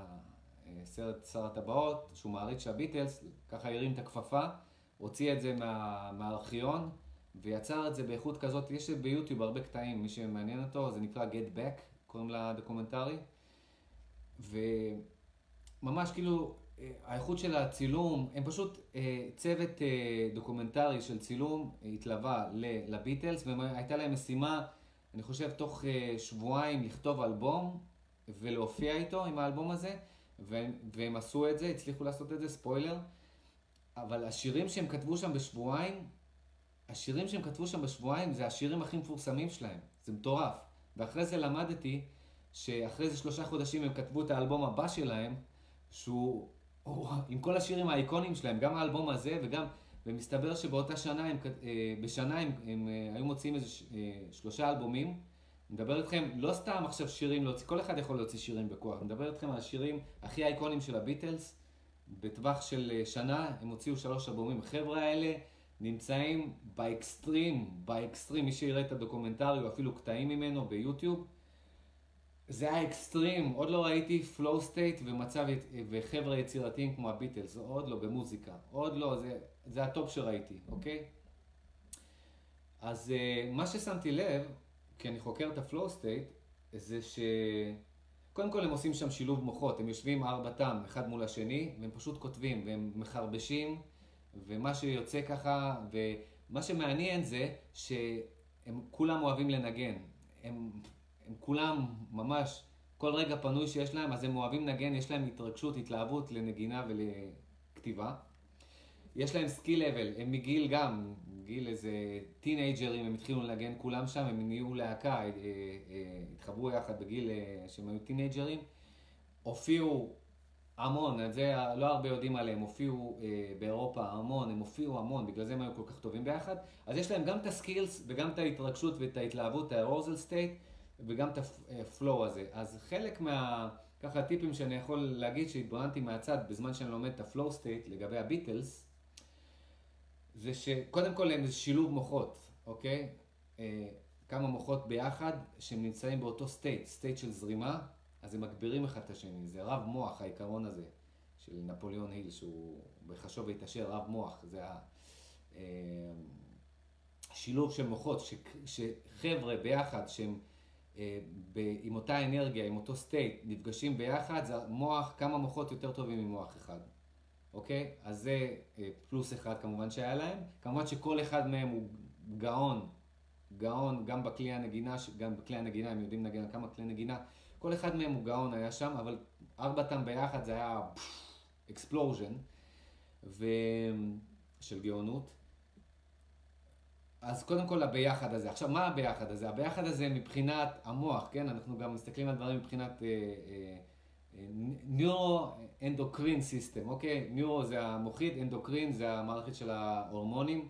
הסרט שר הטבעות, שהוא מעריץ של הביטלס, ככה הרים את הכפפה, הוציא את זה מה... מהארכיון, ויצר את זה באיכות כזאת, יש את זה ביוטיוב הרבה קטעים, מי שמעניין אותו, זה נקרא Get Back, קוראים לדוקומנטרי, ו... ממש כאילו, האיכות של הצילום, הם פשוט צוות דוקומנטרי של צילום התלווה לביטלס, והייתה להם משימה, אני חושב, תוך שבועיים לכתוב אלבום ולהופיע איתו עם האלבום הזה, והם עשו את זה, הצליחו לעשות את זה, ספוילר, אבל השירים שהם כתבו שם בשבועיים, השירים שהם כתבו שם בשבועיים זה השירים הכי מפורסמים שלהם, זה מטורף. ואחרי זה למדתי שאחרי זה שלושה חודשים הם כתבו את האלבום הבא שלהם, שהוא, עם כל השירים האיקונים שלהם, גם האלבום הזה וגם, ומסתבר שבאותה שנה, הם, בשנה הם, הם היו מוציאים איזה שלושה אלבומים. מדבר איתכם, לא סתם עכשיו שירים להוציא, כל אחד יכול להוציא שירים בכוח, מדבר איתכם על השירים הכי האיקונים של הביטלס, בטווח של שנה הם הוציאו שלוש אלבומים. החבר'ה האלה נמצאים באקסטרים, באקסטרים, מי שיראה את הדוקומנטרי או אפילו קטעים ממנו ביוטיוב, זה האקסטרים, עוד לא ראיתי פלואו סטייט ומצב וחבר'ה יצירתיים כמו הביטלס, עוד לא במוזיקה, עוד לא, זה, זה הטופ שראיתי, אוקיי? אז מה ששמתי לב, כי אני חוקר את הפלואו סטייט, זה ש... קודם כל הם עושים שם שילוב מוחות, הם יושבים ארבעתם אחד מול השני, והם פשוט כותבים, והם מחרבשים, ומה שיוצא ככה, ומה שמעניין זה שהם כולם אוהבים לנגן, הם... הם כולם ממש, כל רגע פנוי שיש להם, אז הם אוהבים לנגן, יש להם התרגשות, התלהבות לנגינה ולכתיבה. יש להם סקיל לבל, הם מגיל גם, בגיל איזה טינג'רים, הם התחילו לנגן כולם שם, הם נהיו להקה, אה, אה, התחברו יחד בגיל אה, שהם היו טינג'רים, הופיעו המון, את זה לא הרבה יודעים עליהם, הופיעו אה, באירופה המון, הם הופיעו המון, בגלל זה הם היו כל כך טובים ביחד, אז יש להם גם את הסקילס וגם את ההתרגשות ואת ההתלהבות, הארוזל סטייט, וגם את הפלואו הזה. אז חלק מה, ככה טיפים שאני יכול להגיד שהתבוננתי מהצד בזמן שאני לומד את הפלואו סטייט לגבי הביטלס, זה שקודם כל הם זה שילוב מוחות, אוקיי? אה, כמה מוחות ביחד שהם נמצאים באותו סטייט, סטייט של זרימה, אז הם מגבירים אחד את השני, זה רב מוח, העיקרון הזה של נפוליאון היל, שהוא בחשוב והתעשר, רב מוח, זה השילוב של מוחות, ש, שחבר'ה ביחד שהם אה, ב, עם אותה אנרגיה, עם אותו סטייט, נפגשים ביחד, זה מוח, כמה מוחות יותר טובים ממוח אחד, אוקיי? אז זה אה, פלוס אחד כמובן שהיה להם, כמובן שכל אחד מהם הוא גאון, גאון גם בכלי הנגינה, גם בכלי הנגינה, הם יודעים לנגן כמה כלי נגינה, כל אחד מהם הוא גאון היה שם, אבל ארבעתם ביחד זה היה אקספלוז'ן של גאונות. אז קודם כל הביחד הזה. עכשיו מה הביחד הזה? הביחד הזה מבחינת המוח, כן? אנחנו גם מסתכלים על דברים מבחינת נוירו-אנדוקרין סיסטם, אוקיי? נוירו זה המוחית, אנדוקרין זה המערכת של ההורמונים.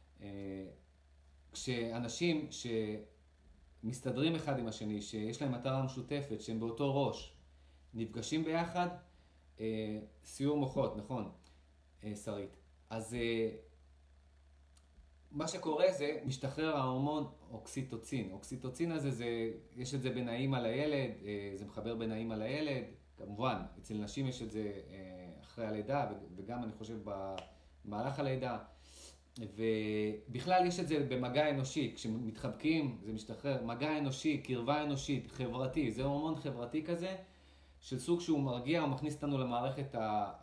כשאנשים ש... מסתדרים אחד עם השני, שיש להם מטרה משותפת, שהם באותו ראש, נפגשים ביחד, אה, סיור מוחות, נכון, אה, שרית. אז אה, מה שקורה זה, משתחרר ההורמון אוקסיטוצין. אוקסיטוצין הזה, זה, יש את זה בין האמא לילד, אה, זה מחבר בין האמא לילד, כמובן, אצל נשים יש את זה אה, אחרי הלידה, וגם אני חושב במהלך הלידה, ובכלל יש את זה במגע אנושי, כשמתחבקים זה משתחרר, מגע אנושי, קרבה אנושית, חברתי, זה הורמון חברתי כזה, של סוג שהוא מרגיע, הוא מכניס אותנו למערכת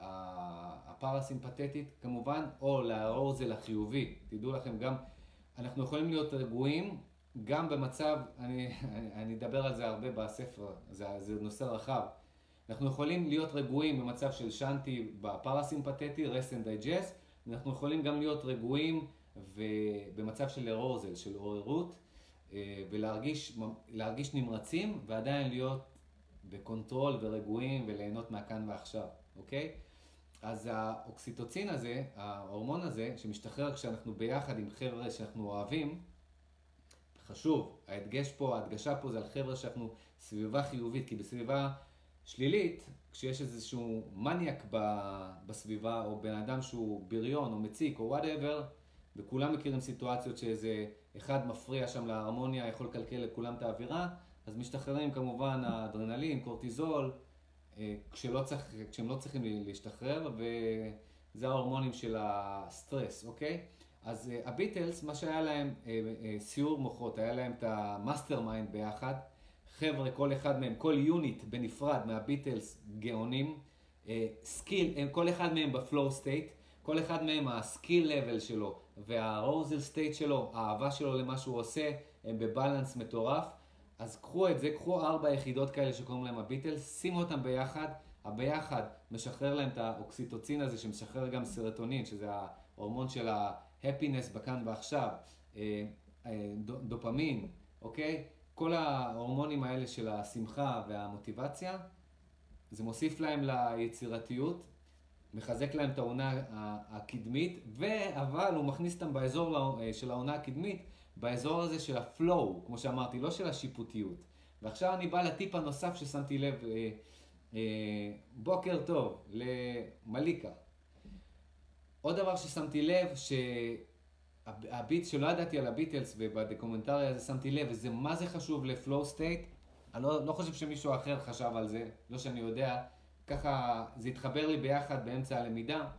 הפרסימפטית כמובן, או לארוזל החיובי. תדעו לכם גם, אנחנו יכולים להיות רגועים, גם במצב, אני, אני אדבר על זה הרבה בספר, זה, זה נושא רחב, אנחנו יכולים להיות רגועים במצב של שנטי בפרסימפטי, rest and digest, אנחנו יכולים גם להיות רגועים ובמצב של ארוזל, של עוררות, ולהרגיש להרגיש נמרצים ועדיין להיות בקונטרול ורגועים וליהנות מהכאן ועכשיו, אוקיי? אז האוקסיטוצין הזה, ההורמון הזה, שמשתחרר כשאנחנו ביחד עם חבר'ה שאנחנו אוהבים, חשוב, ההדגש פה, ההדגשה פה זה על חבר'ה שאנחנו סביבה חיובית, כי בסביבה שלילית, כשיש איזשהו מניאק בסביבה, או בן אדם שהוא בריון, או מציק, או whatever, וכולם מכירים סיטואציות שאיזה אחד מפריע שם להרמוניה, יכול לקלקל לכולם את האווירה, אז משתחררים כמובן האדרנלין, קורטיזול, כשלא צריך, כשהם לא צריכים להשתחרר, וזה ההורמונים של הסטרס, אוקיי? אז הביטלס, מה שהיה להם סיור מוחות, היה להם את המאסטר מיינד ביחד, חבר'ה, כל אחד מהם, כל יוניט בנפרד מהביטלס גאונים, סקיל, כל אחד מהם בפלואו סטייט, כל אחד מהם הסקיל לבל שלו והרוזל סטייט שלו, האהבה שלו למה שהוא עושה, הם בבלנס מטורף. אז קחו את זה, קחו ארבע יחידות כאלה שקוראים להם הביטלס, שימו אותם ביחד, הביחד משחרר להם את האוקסיטוצין הזה שמשחרר גם סרטונין, שזה ההורמון של ההפינס בכאן ועכשיו, דופמין, אוקיי? כל ההורמונים האלה של השמחה והמוטיבציה, זה מוסיף להם ליצירתיות, מחזק להם את העונה הקדמית, אבל הוא מכניס אותם באזור של העונה הקדמית, באזור הזה של הפלואו, כמו שאמרתי, לא של השיפוטיות. ועכשיו אני בא לטיפ הנוסף ששמתי לב, אה, אה, בוקר טוב, למליקה. עוד דבר ששמתי לב, שהביט, שלא ידעתי על הביטלס ובדוקומנטרי הזה שמתי לב, וזה מה זה חשוב לפלואו סטייט, אני לא, לא חושב שמישהו אחר חשב על זה, לא שאני יודע, ככה זה התחבר לי ביחד באמצע הלמידה.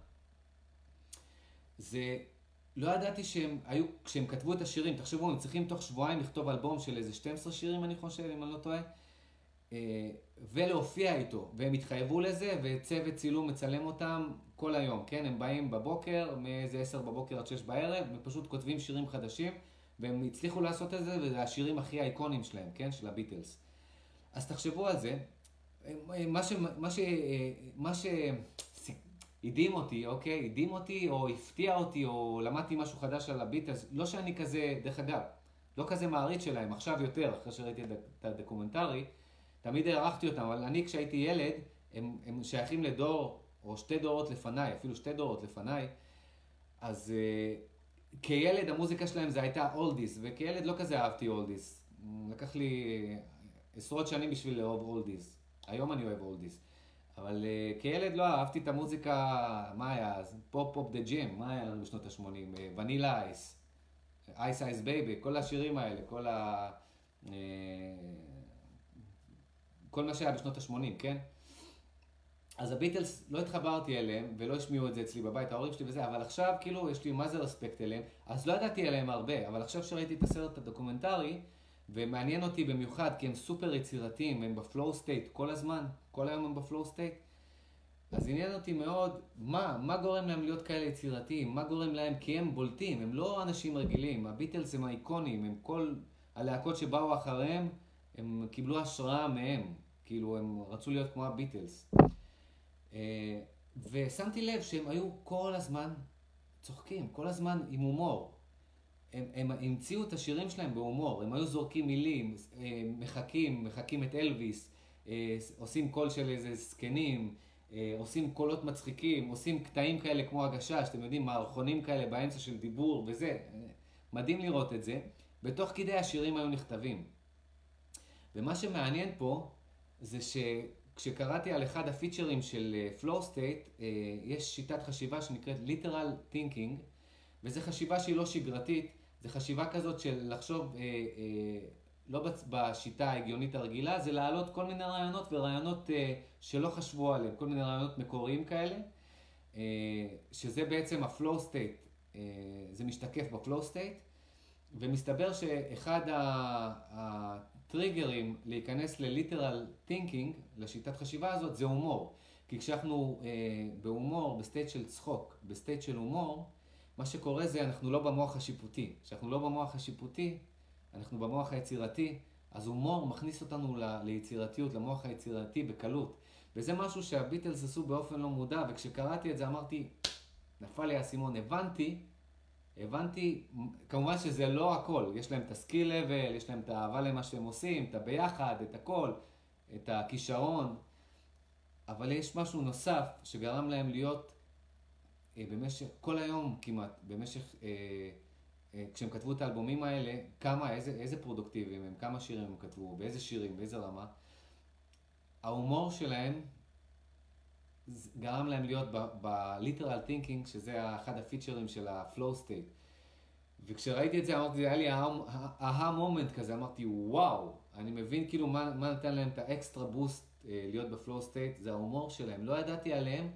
זה, לא ידעתי שהם היו, כשהם כתבו את השירים, תחשבו, הם צריכים תוך שבועיים לכתוב אלבום של איזה שנים עשר שירים, אני חושב, אם אני לא טועה, ולהופיע איתו, והם התחייבו לזה, וצוות צילום מצלם אותם כל היום, כן? הם באים בבוקר, מאיזה עשר בבוקר עד שש בערב, ופשוט כותבים שירים חדשים, והם הצליחו לעשות את זה, וזה השירים הכי אייקונים שלהם, כן? של הביטלס. אז תחשבו על זה, מה ש... מה ש... מה ש... הדהים אותי, אוקיי? הדהים אותי, או הפתיע אותי, או למדתי משהו חדש על הביטלס. לא שאני כזה, דרך אגב, לא כזה מעריץ שלהם, עכשיו יותר, אחרי שראיתי את הדוקומנטרי, תמיד הערכתי אותם, אבל אני כשהייתי ילד, הם, הם שייכים לדור, או שתי דורות לפניי, אפילו שתי דורות לפניי, אז uh, כילד המוזיקה שלהם זה הייתה אולדיס, וכילד לא כזה אהבתי אולדיס. לקח לי עשרות שנים בשביל לאהוב אולדיס. היום אני אוהב אולדיס. אבל uh, כילד לא אהבתי את המוזיקה, מה היה אז? פופ פופ דה ג'ם, מה היה לנו בשנות ה-שמונים? ונילה אייס, אייס אייס בייבי, כל השירים האלה, כל ה... Uh, כל מה שהיה בשנות ה-שמונים, כן? אז הביטלס, לא התחברתי אליהם, ולא השמיעו את זה אצלי בבית, ההורים שלי וזה, אבל עכשיו כאילו יש לי מה זה רספקט אליהם, אז לא ידעתי עליהם הרבה, אבל עכשיו שראיתי את הסרט הדוקומנטרי, ומעניין אותי במיוחד, כי הם סופר יצירתיים, הם בפלואו סטייט כל הזמן, כל היום הם בפלואו סטייט, אז עניין אותי מאוד, מה, מה גורם להם להיות כאלה יצירתיים, מה גורם להם, כי הם בולטים, הם לא אנשים רגילים, הביטלס הם האיקונים, הם כל הלהקות שבאו אחריהם, הם קיבלו השראה מהם, כאילו הם רצו להיות כמו הביטלס. ושמתי לב שהם היו כל הזמן צוחקים, כל הזמן עם הומור. הם, הם המציאו את השירים שלהם בהומור, הם היו זורקים מילים, מחכים, מחכים את אלוויס, עושים קול של איזה זקנים, עושים קולות מצחיקים, עושים קטעים כאלה כמו הגשש, אתם יודעים, מערכונים כאלה באמצע של דיבור וזה. מדהים לראות את זה. בתוך כדי השירים היו נכתבים. ומה שמעניין פה זה שכשקראתי על אחד הפיצ'רים של Flow State, יש שיטת חשיבה שנקראת Literal Thinking, וזו חשיבה שהיא לא שגרתית, זו חשיבה כזאת של לחשוב אה, אה, לא בשיטה ההגיונית הרגילה, זה להעלות כל מיני רעיונות ורעיונות אה, שלא חשבו עליהם, כל מיני רעיונות מקוריים כאלה, אה, שזה בעצם ה-Flow State, אה, זה משתקף ב-Flow State, ומסתבר שאחד הטריגרים להיכנס ל-Literal Thinking, לשיטת חשיבה הזאת, זה הומור. כי כשאנחנו אה, בהומור, בסטייט של צחוק, בסטייט של הומור, מה שקורה זה אנחנו לא במוח השיפוטי. כשאנחנו לא במוח השיפוטי, אנחנו במוח היצירתי, אז הומור מכניס אותנו ל- ליצירתיות, למוח היצירתי בקלות. וזה משהו שהביטלס עשו באופן לא מודע, וכשקראתי את זה אמרתי, נפל לי האסימון, הבנתי, הבנתי, כמובן שזה לא הכל, יש להם את הסקיל לבל, יש להם את האהבה למה שהם עושים, את הביחד, את הכל, את הכישרון, אבל יש משהו נוסף שגרם להם להיות במשך, כל היום כמעט, במשך, אה, אה, כשהם כתבו את האלבומים האלה, כמה, איזה, איזה פרודוקטיביים הם, כמה שירים הם כתבו, באיזה שירים, באיזה רמה. ההומור שלהם גרם להם להיות ב-literal thinking, שזה אחד הפיצ'רים של ה-flow state. וכשראיתי את זה, אמרתי, זה היה לי ה-aha moment כזה, אמרתי, וואו, אני מבין כאילו מה, מה נתן להם את האקסטרה בוסט אה, להיות ב-flow state, זה ההומור שלהם. לא ידעתי עליהם,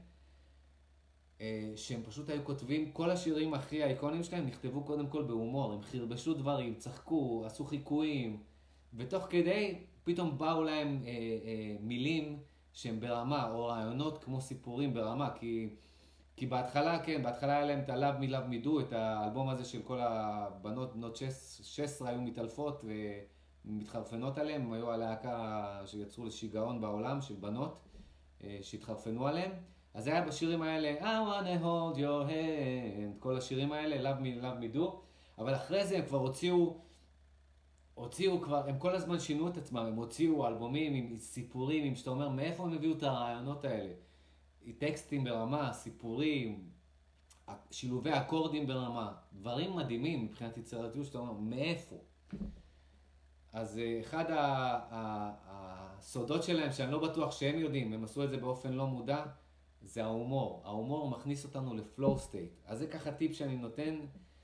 שהם פשוט היו כותבים, כל השירים הכי האיקונים שלהם נכתבו קודם כל בהומור, הם חרבשו דברים, צחקו, עשו חיקויים, ותוך כדי פתאום באו להם אה, אה, מילים שהם ברמה, או רעיונות כמו סיפורים ברמה, כי, כי בהתחלה, כן, בהתחלה היה להם את ה-Love Me Love Me Do, את האלבום הזה של כל הבנות, בנות שש עשרה היו מתעלפות ומתחרפנות עליהם, הם היו הלהקה שיצרו לשיגעון בעולם של בנות אה, שהתחרפנו עליהם. אז זה היה בשירים האלה, I wanna hold your hand, כל השירים האלה, love me, love me do, אבל אחרי זה הם כבר הוציאו, הוציאו כבר, הם כל הזמן שינו את עצמם, הם הוציאו אלבומים עם סיפורים, עם שאתה אומר, מאיפה הם הביאו את הרעיונות האלה? טקסטים ברמה, סיפורים, שילובי אקורדים ברמה, דברים מדהימים מבחינת יצירתיות שאתה אומר, מאיפה? אז אחד הסודות שלהם, שאני לא בטוח שהם יודעים, הם עשו את זה באופן לא מודע, זה ההומור. ההומור מכניס אותנו לפלואו סטייט. אז זה ככה טיפ שאני נותן,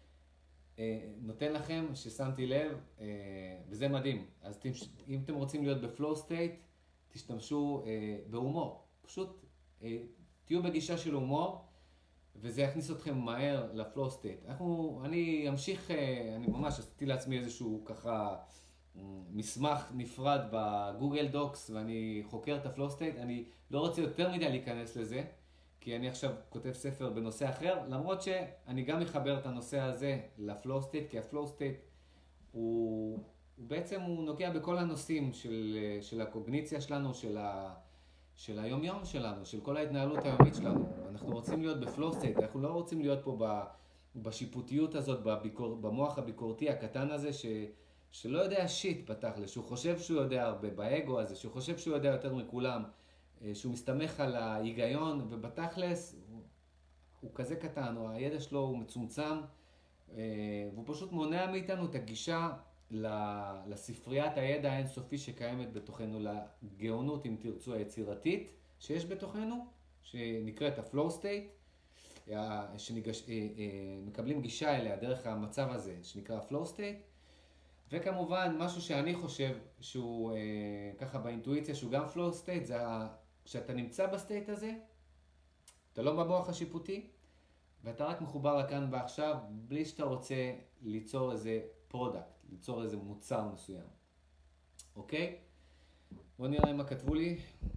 נותן לכם, ששמתי לב, וזה מדהים. אז אם אתם רוצים להיות בפלואו סטייט, תשתמשו בהומור. פשוט תהיו בגישה של הומור, וזה יכניס אתכם מהר לפלואו סטייט. אנחנו, אני אמשיך, אני ממש עשיתי לעצמי איזשהו ככה מסמך נפרד בגוגל דוקס, ואני חוקר את הפלואו סטייט. אני לא רוצה יותר מדי להיכנס לזה, כי אני עכשיו כותב ספר בנושא אחר, למרות שאני גם מחבר את הנושא הזה לפלואו סטייט, כי הפלואו סטייט הוא, הוא בעצם הוא נוגע בכל הנושאים של, של הקוגניציה שלנו, של, ה, של היום יום שלנו, של כל ההתנהלות היומית שלנו. אנחנו רוצים להיות בפלואו סטייט, אנחנו לא רוצים להיות פה ב, בשיפוטיות הזאת, בביקור, במוח הביקורתי הקטן הזה, ש, שלא יודע שיט בתכל'ס, שהוא חושב שהוא יודע הרבה, באגו הזה, שהוא חושב שהוא יודע יותר מכולם, שהוא מסתמך על ההיגיון, ובתכל'ס הוא, הוא כזה קטן, או הידע שלו הוא מצומצם, והוא פשוט מונע מאיתנו את הגישה לספריית הידע האינסופי שקיימת בתוכנו, לגאונות, אם תרצו, היצירתית שיש בתוכנו, שנקראת ה-flow state, שמקבלים גישה אליה דרך המצב הזה שנקרא ה-flow state, וכמובן משהו שאני חושב שהוא ככה באינטואיציה שהוא גם flow state, זה כשאתה נמצא בסטייט הזה, אתה לא במוח השיפוטי, ואתה רק מחובר לכאן ועכשיו, בלי שאתה רוצה ליצור איזה פרודקט, ליצור איזה מוצר מסוים. אוקיי? בואו נראה מה כתבו לי.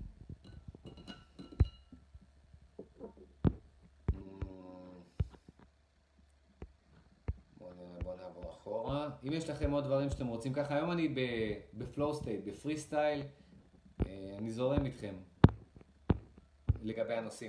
בואו נראה, בואו נעבור אחורה. אם יש לכם עוד דברים שאתם רוצים ככה, היום אני בפלואו סטייט, בפרי סטייל, אני זורם איתכם לגבי הנושאים.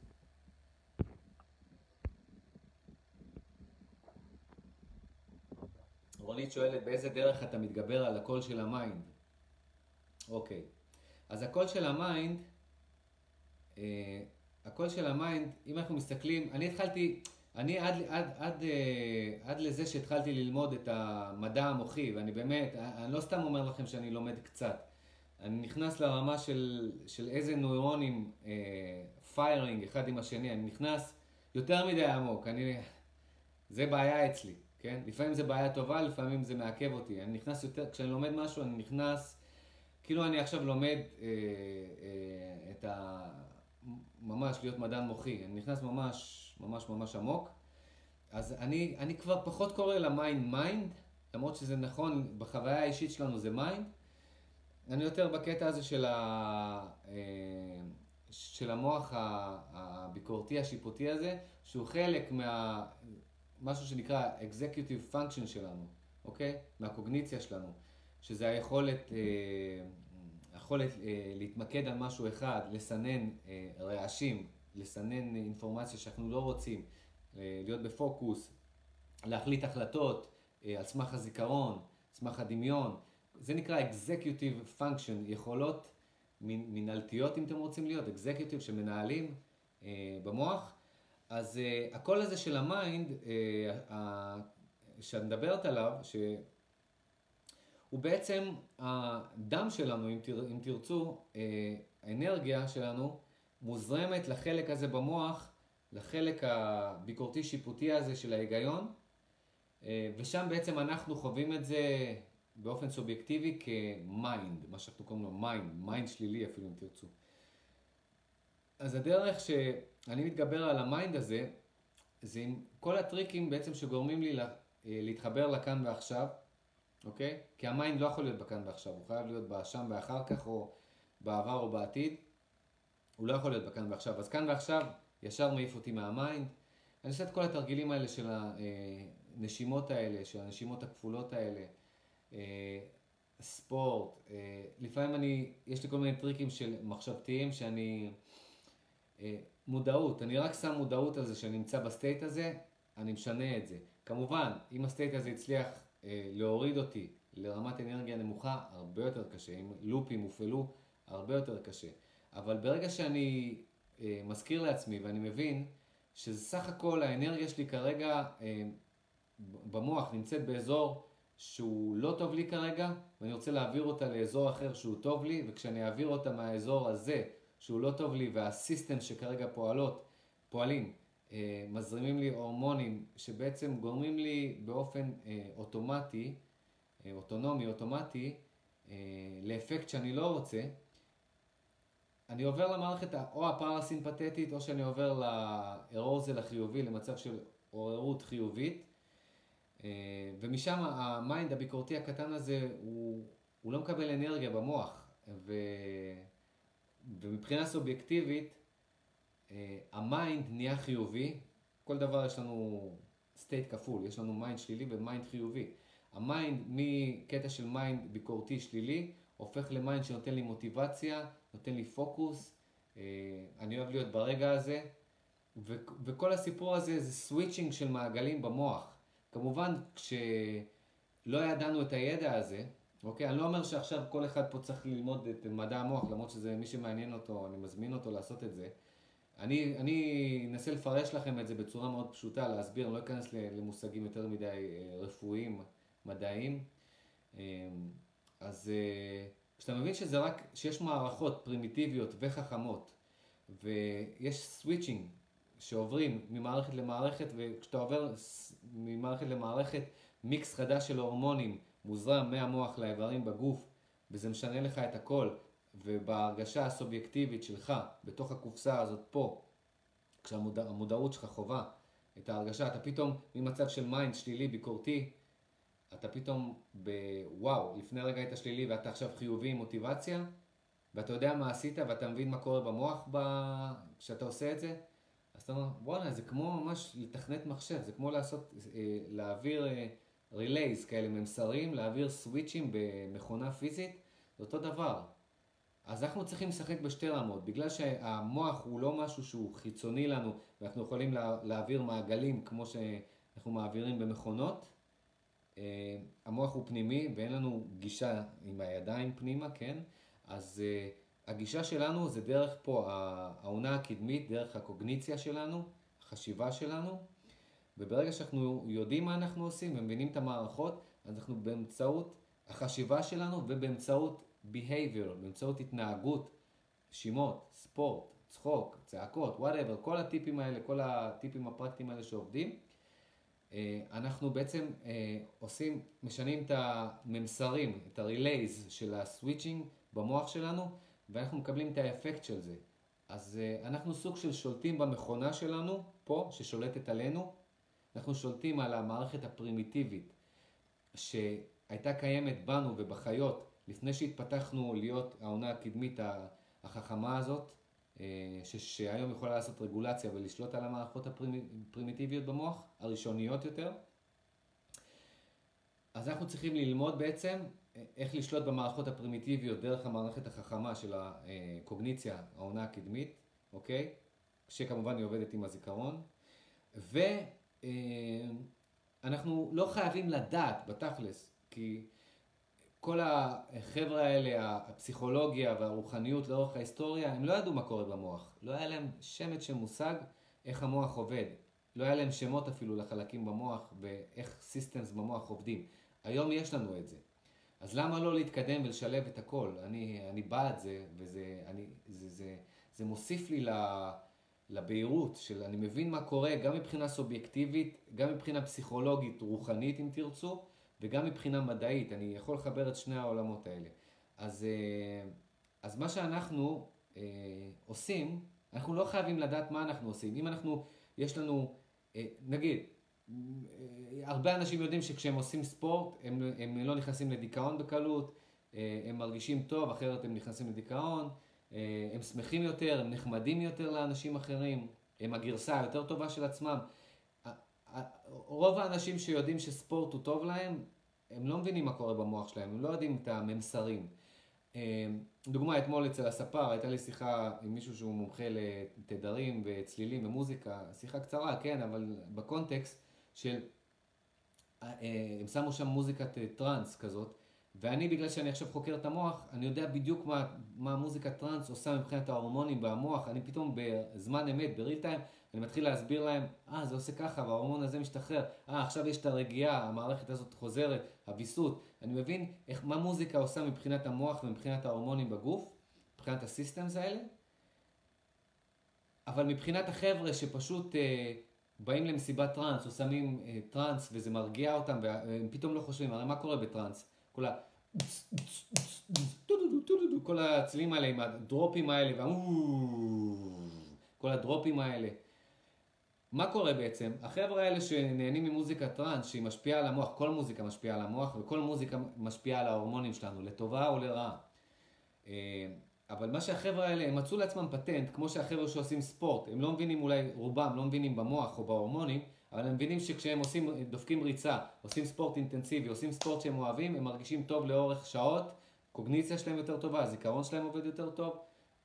רונית שואלת באיזה דרך אתה מתגבר על הקול של המיינד. אוקיי, אז הקול של המיינד, אה, הקול של המיינד, אם אנחנו מסתכלים, אני התחלתי, אני עד, עד, עד, אה, עד לזה שהתחלתי ללמוד את המדע המוחי, ואני באמת, אני לא סתם אומר לכם שאני לומד קצת, אני נכנס לרמה של, של איזה נוירונים פיירינג אה, אחד עם השני, אני נכנס יותר מדי עמוק, אני, זה בעיה אצלי. כן? לפעמים זה בעיה טובה, לפעמים זה מעכב אותי. אני נכנס יותר, כשאני לומד משהו, אני נכנס, כאילו אני עכשיו לומד אה, אה, את ה... ממש להיות מדען מוחי. אני נכנס ממש, ממש, ממש עמוק. אז אני, אני כבר פחות קורא למיינד מיינד, למרות שזה נכון, בחוויה האישית שלנו זה מיינד. אני יותר בקטע הזה של, ה, אה, של המוח הביקורתי, השיפוטי הזה, שהוא חלק מה... משהו שנקרא executive function שלנו, אוקיי? מהקוגניציה שלנו, שזה היכולת, אה, היכולת אה, להתמקד על משהו אחד, לסנן אה, רעשים, לסנן אינפורמציה שאנחנו לא רוצים, אה, להיות בפוקוס, להחליט החלטות אה, על סמך הזיכרון, על סמך הדמיון. זה נקרא executive function, יכולות מנהלתיות אם אתם רוצים להיות, executive שמנהלים אה, במוח. אז uh, הקול הזה של המיינד, uh, uh, שאת מדברת עליו, שהוא בעצם הדם שלנו, אם, תר, אם תרצו, uh, האנרגיה שלנו מוזרמת לחלק הזה במוח, לחלק הביקורתי שיפוטי הזה של ההיגיון, uh, ושם בעצם אנחנו חווים את זה באופן סובייקטיבי כמיינד, מה שאנחנו קוראים לו מיינד, מיינד שלילי אפילו אם תרצו. אז הדרך שאני מתגבר על המיינד הזה, זה עם כל הטריקים בעצם שגורמים לי להתחבר לכאן ועכשיו, אוקיי? כי המיינד לא יכול להיות בכאן ועכשיו, הוא חייב להיות בשם ואחר כך, או בעבר או בעתיד. הוא לא יכול להיות בכאן ועכשיו. אז כאן ועכשיו ישר מעיף אותי מהמיינד. אני עושה את כל התרגילים האלה של הנשימות האלה, של הנשימות הכפולות האלה, ספורט. לפעמים אני, יש לי כל מיני טריקים של מחשבתיים שאני... מודעות, אני רק שם מודעות על זה שאני נמצא בסטייט הזה, אני משנה את זה. כמובן, אם הסטייט הזה הצליח אה, להוריד אותי לרמת אנרגיה נמוכה, הרבה יותר קשה. אם לופים הופעלו, הרבה יותר קשה. אבל ברגע שאני אה, מזכיר לעצמי ואני מבין שזה סך הכל האנרגיה שלי כרגע אה, במוח נמצאת באזור שהוא לא טוב לי כרגע, ואני רוצה להעביר אותה לאזור אחר שהוא טוב לי, וכשאני אעביר אותה מהאזור הזה, שהוא לא טוב לי, והסיסטם שכרגע פועלות, פועלים, אה, מזרימים לי הורמונים שבעצם גורמים לי באופן אה, אוטומטי, אה, אוטונומי, אוטומטי, אה, לאפקט שאני לא רוצה, אני עובר למערכת או הפרסימפתטית, או שאני עובר לארוזל החיובי, למצב של עוררות חיובית, אה, ומשם המיינד הביקורתי הקטן הזה, הוא, הוא לא מקבל אנרגיה במוח, ו... ומבחינה סובייקטיבית, המיינד נהיה חיובי. כל דבר יש לנו סטייט כפול, יש לנו מיינד שלילי ומיינד חיובי. המיינד מקטע של מיינד ביקורתי שלילי, הופך למיינד שנותן לי מוטיבציה, נותן לי פוקוס, אה, אני אוהב להיות ברגע הזה, ו- וכל הסיפור הזה זה סוויצ'ינג של מעגלים במוח. כמובן, כשלא ידענו את הידע הזה, אוקיי? אני לא אומר שעכשיו כל אחד פה צריך ללמוד את מדע המוח, למרות שזה מי שמעניין אותו, אני מזמין אותו לעשות את זה. אני, אני אנסה לפרש לכם את זה בצורה מאוד פשוטה, להסביר, אני לא אכנס למושגים יותר מדי אה, רפואיים, מדעיים. אה, אז אה, כשאתה מבין שזה רק, שיש מערכות פרימיטיביות וחכמות, ויש סוויצ'ינג שעוברים ממערכת למערכת, וכשאתה עובר ממערכת למערכת, מיקס חדש של הורמונים מוזרם מהמוח לאיברים בגוף, וזה משנה לך את הכל, ובהרגשה הסובייקטיבית שלך, בתוך הקופסה הזאת פה, כשהמודעות שלך חובה את ההרגשה, אתה פתאום ממצב של מיינד שלילי, ביקורתי, אתה פתאום בוואו, לפני רגע היית שלילי ואתה עכשיו חיובי עם מוטיבציה, ואתה יודע מה עשית ואתה מבין מה קורה במוח ב... כשאתה עושה את זה, אז אתה אומר, וואלה, זה כמו ממש לתכנת מחשב, זה כמו לעשות, להעביר רילייז כאלה ממסרים, להעביר סוויצ'ים במכונה פיזית, זה אותו דבר. אז אנחנו צריכים לשחק בשתי רמות, בגלל שהמוח הוא לא משהו שהוא חיצוני לנו, ואנחנו יכולים לה, להעביר מעגלים כמו שאנחנו מעבירים במכונות. המוח הוא פנימי ואין לנו גישה עם הידיים פנימה, כן? אז uh, הגישה שלנו זה דרך פה, העונה הקדמית, דרך הקוגניציה שלנו, החשיבה שלנו, וברגע שאנחנו יודעים מה אנחנו עושים ומבינים את המערכות, אז אנחנו באמצעות החשיבה שלנו ובאמצעות behavior, באמצעות התנהגות, שימות, ספורט, צחוק, צעקות, whatever, כל הטיפים האלה, כל הטיפים הפרקטיים האלה שעובדים, אנחנו בעצם עושים, משנים את הממסרים, את הרילייז של הסוויצ'ינג במוח שלנו, ואנחנו מקבלים את האפקט של זה. אז אנחנו סוג של שולטים במכונה שלנו, פה, ששולטת עלינו. אנחנו שולטים על המערכת הפרימיטיבית, שהייתה קיימת בנו ובחיות, לפני שהתפתחנו להיות העונה הקדמית החכמה הזאת, ש- שהיום יכולה לעשות רגולציה ולשלוט על המערכות הפרימיטיביות במוח, הראשוניות יותר. אז אנחנו צריכים ללמוד בעצם איך לשלוט במערכות הפרימיטיביות דרך המערכת החכמה של הקוגניציה, העונה הקדמית, אוקיי? שכמובן היא עובדת עם הזיכרון. ואנחנו לא חייבים לדעת בתכלס, כי כל החבר'ה האלה, הפסיכולוגיה והרוחניות לאורך ההיסטוריה, הם לא ידעו מה קורה במוח. לא היה להם שמץ של מושג איך המוח עובד. לא היה להם שמות אפילו לחלקים במוח ואיך סיסטמס במוח עובדים. היום יש לנו את זה. אז למה לא להתקדם ולשלב את הכל? אני, אני בעד זה, וזה אני, זה, זה, זה מוסיף לי לבהירות של אני מבין מה קורה גם מבחינה סובייקטיבית, גם מבחינה פסיכולוגית, רוחנית אם תרצו, וגם מבחינה מדעית, אני יכול לחבר את שני העולמות האלה. אז, אז מה שאנחנו אה, עושים, אנחנו לא חייבים לדעת מה אנחנו עושים. אם אנחנו, יש לנו, אה, נגיד, אה, הרבה אנשים יודעים שכשהם עושים ספורט, הם, הם לא נכנסים לדיכאון בקלות, אה, הם מרגישים טוב, אחרת הם נכנסים לדיכאון, אה, הם שמחים יותר, הם נחמדים יותר לאנשים אחרים, הם הגרסה היותר טובה של עצמם. רוב האנשים שיודעים שספורט הוא טוב להם, הם לא מבינים מה קורה במוח שלהם, הם לא יודעים את הממסרים. דוגמה, אתמול אצל הספר, הייתה לי שיחה עם מישהו שהוא מומחה לתדרים וצלילים ומוזיקה, שיחה קצרה, כן, אבל בקונטקסט של, הם שמו שם מוזיקת טרנס כזאת, ואני, בגלל שאני עכשיו חוקר את המוח, אני יודע בדיוק מה, מה המוזיקת טרנס עושה מבחינת ההורמונים במוח, אני פתאום בזמן אמת, בריל טיים, אני מתחיל להסביר להם, אה, זה עושה ככה, וההורמון הזה משתחרר, אה, עכשיו יש את הרגיעה, המערכת הזאת חוזרת, הוויסות. אני מבין איך, מה מוזיקה עושה מבחינת המוח ומבחינת ההורמונים בגוף, מבחינת הסיסטמס האלה, אבל מבחינת החבר'ה שפשוט אה, באים למסיבת טרנס, או שמים אה, טרנס וזה מרגיע אותם, והם פתאום לא חושבים, הרי מה קורה בטרנס? כל ה... כל הצלילים האלה עם הדרופים האלה, כל הדרופים האלה. מה קורה בעצם? החבר'ה האלה שנהנים ממוזיקה טרנס, שהיא משפיעה על המוח, כל מוזיקה משפיעה על המוח, וכל מוזיקה משפיעה על ההורמונים שלנו, לטובה או לרעה. אבל מה שהחבר'ה האלה, הם מצאו לעצמם פטנט, כמו שהחבר'ה שעושים ספורט, הם לא מבינים, אולי רובם לא מבינים במוח או בהורמונים, אבל הם מבינים שכשהם עושים, דופקים ריצה, עושים ספורט אינטנסיבי, עושים ספורט שהם אוהבים, הם מרגישים טוב לאורך שעות, קוגניציה שלהם יותר טובה, הזיכרון שלהם עובד יותר טוב,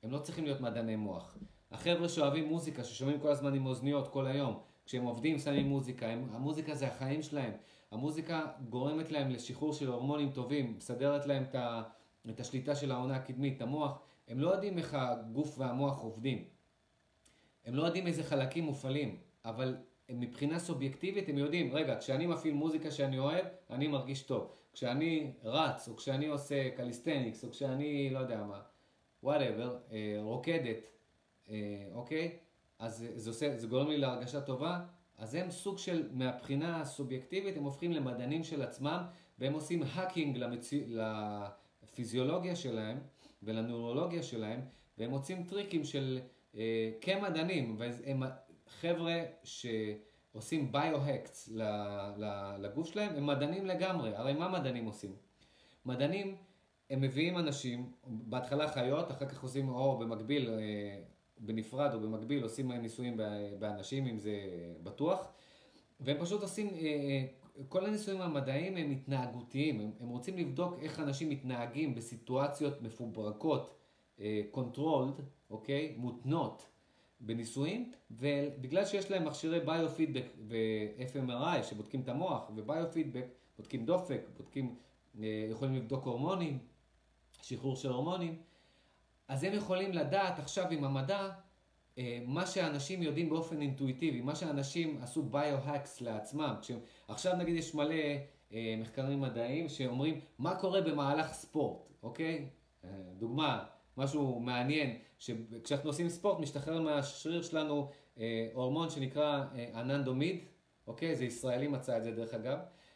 הם לא צריכים להיות מדעני מוח. החבר'ה שאוהבים מוזיקה, ששומעים כל הזמן עם אוזניות כל היום, כשהם עובדים שמים מוזיקה, הם, המוזיקה זה החיים שלהם. המוזיקה גורמת להם לשחרור של הורמונים טובים, מסדרת להם את, ה, את השליטה של העונה הקדמית, את המוח. הם לא יודעים איך הגוף והמוח עובדים. הם לא יודעים איזה חלקים מופעלים, אבל מבחינה סובייקטיבית הם יודעים, רגע, כשאני מפעיל מוזיקה שאני אוהב, אני מרגיש טוב. כשאני רץ, או כשאני עושה קליסטניקס, או כשאני, לא יודע מה, whatever, רוקדת, אוקיי? אז זה, עושה, זה גורם לי להרגשה טובה. אז הם סוג של, מהבחינה הסובייקטיבית, הם הופכים למדענים של עצמם, והם עושים האקינג למציא, לפיזיולוגיה שלהם ולנוירולוגיה שלהם, והם מוצאים טריקים של אה, כמדענים, והם חבר'ה שעושים ביו-הקס לגוף שלהם, הם מדענים לגמרי. הרי מה מדענים עושים? מדענים, הם מביאים אנשים, בהתחלה חיות, אחר כך עושים או במקביל, אה, בנפרד או במקביל, עושים ניסויים באנשים, אם זה בטוח, והם פשוט עושים, כל הניסויים המדעיים הם התנהגותיים, הם, הם רוצים לבדוק איך אנשים מתנהגים בסיטואציות מפוברקות, controlled, אוקיי, מותנות בניסויים, ובגלל שיש להם מכשירי ביו-פידבק ו-אף אם אר איי שבודקים את המוח, וביו-פידבק, בודקים דופק, בודקים, יכולים לבדוק הורמונים, שחרור של הורמונים, אז הם יכולים לדעת עכשיו עם המדע, מה שאנשים יודעים באופן אינטואיטיבי, מה שאנשים עשו ביו-הקס לעצמם. עכשיו נגיד יש מלא מחקרים מדעיים שאומרים מה קורה במהלך ספורט, אוקיי? דוגמה, משהו מעניין, שכשאנחנו עושים ספורט משתחרר מהשריר שלנו הורמון שנקרא אננדומיד, אוקיי? זה ישראלי מצא את זה דרך אגב,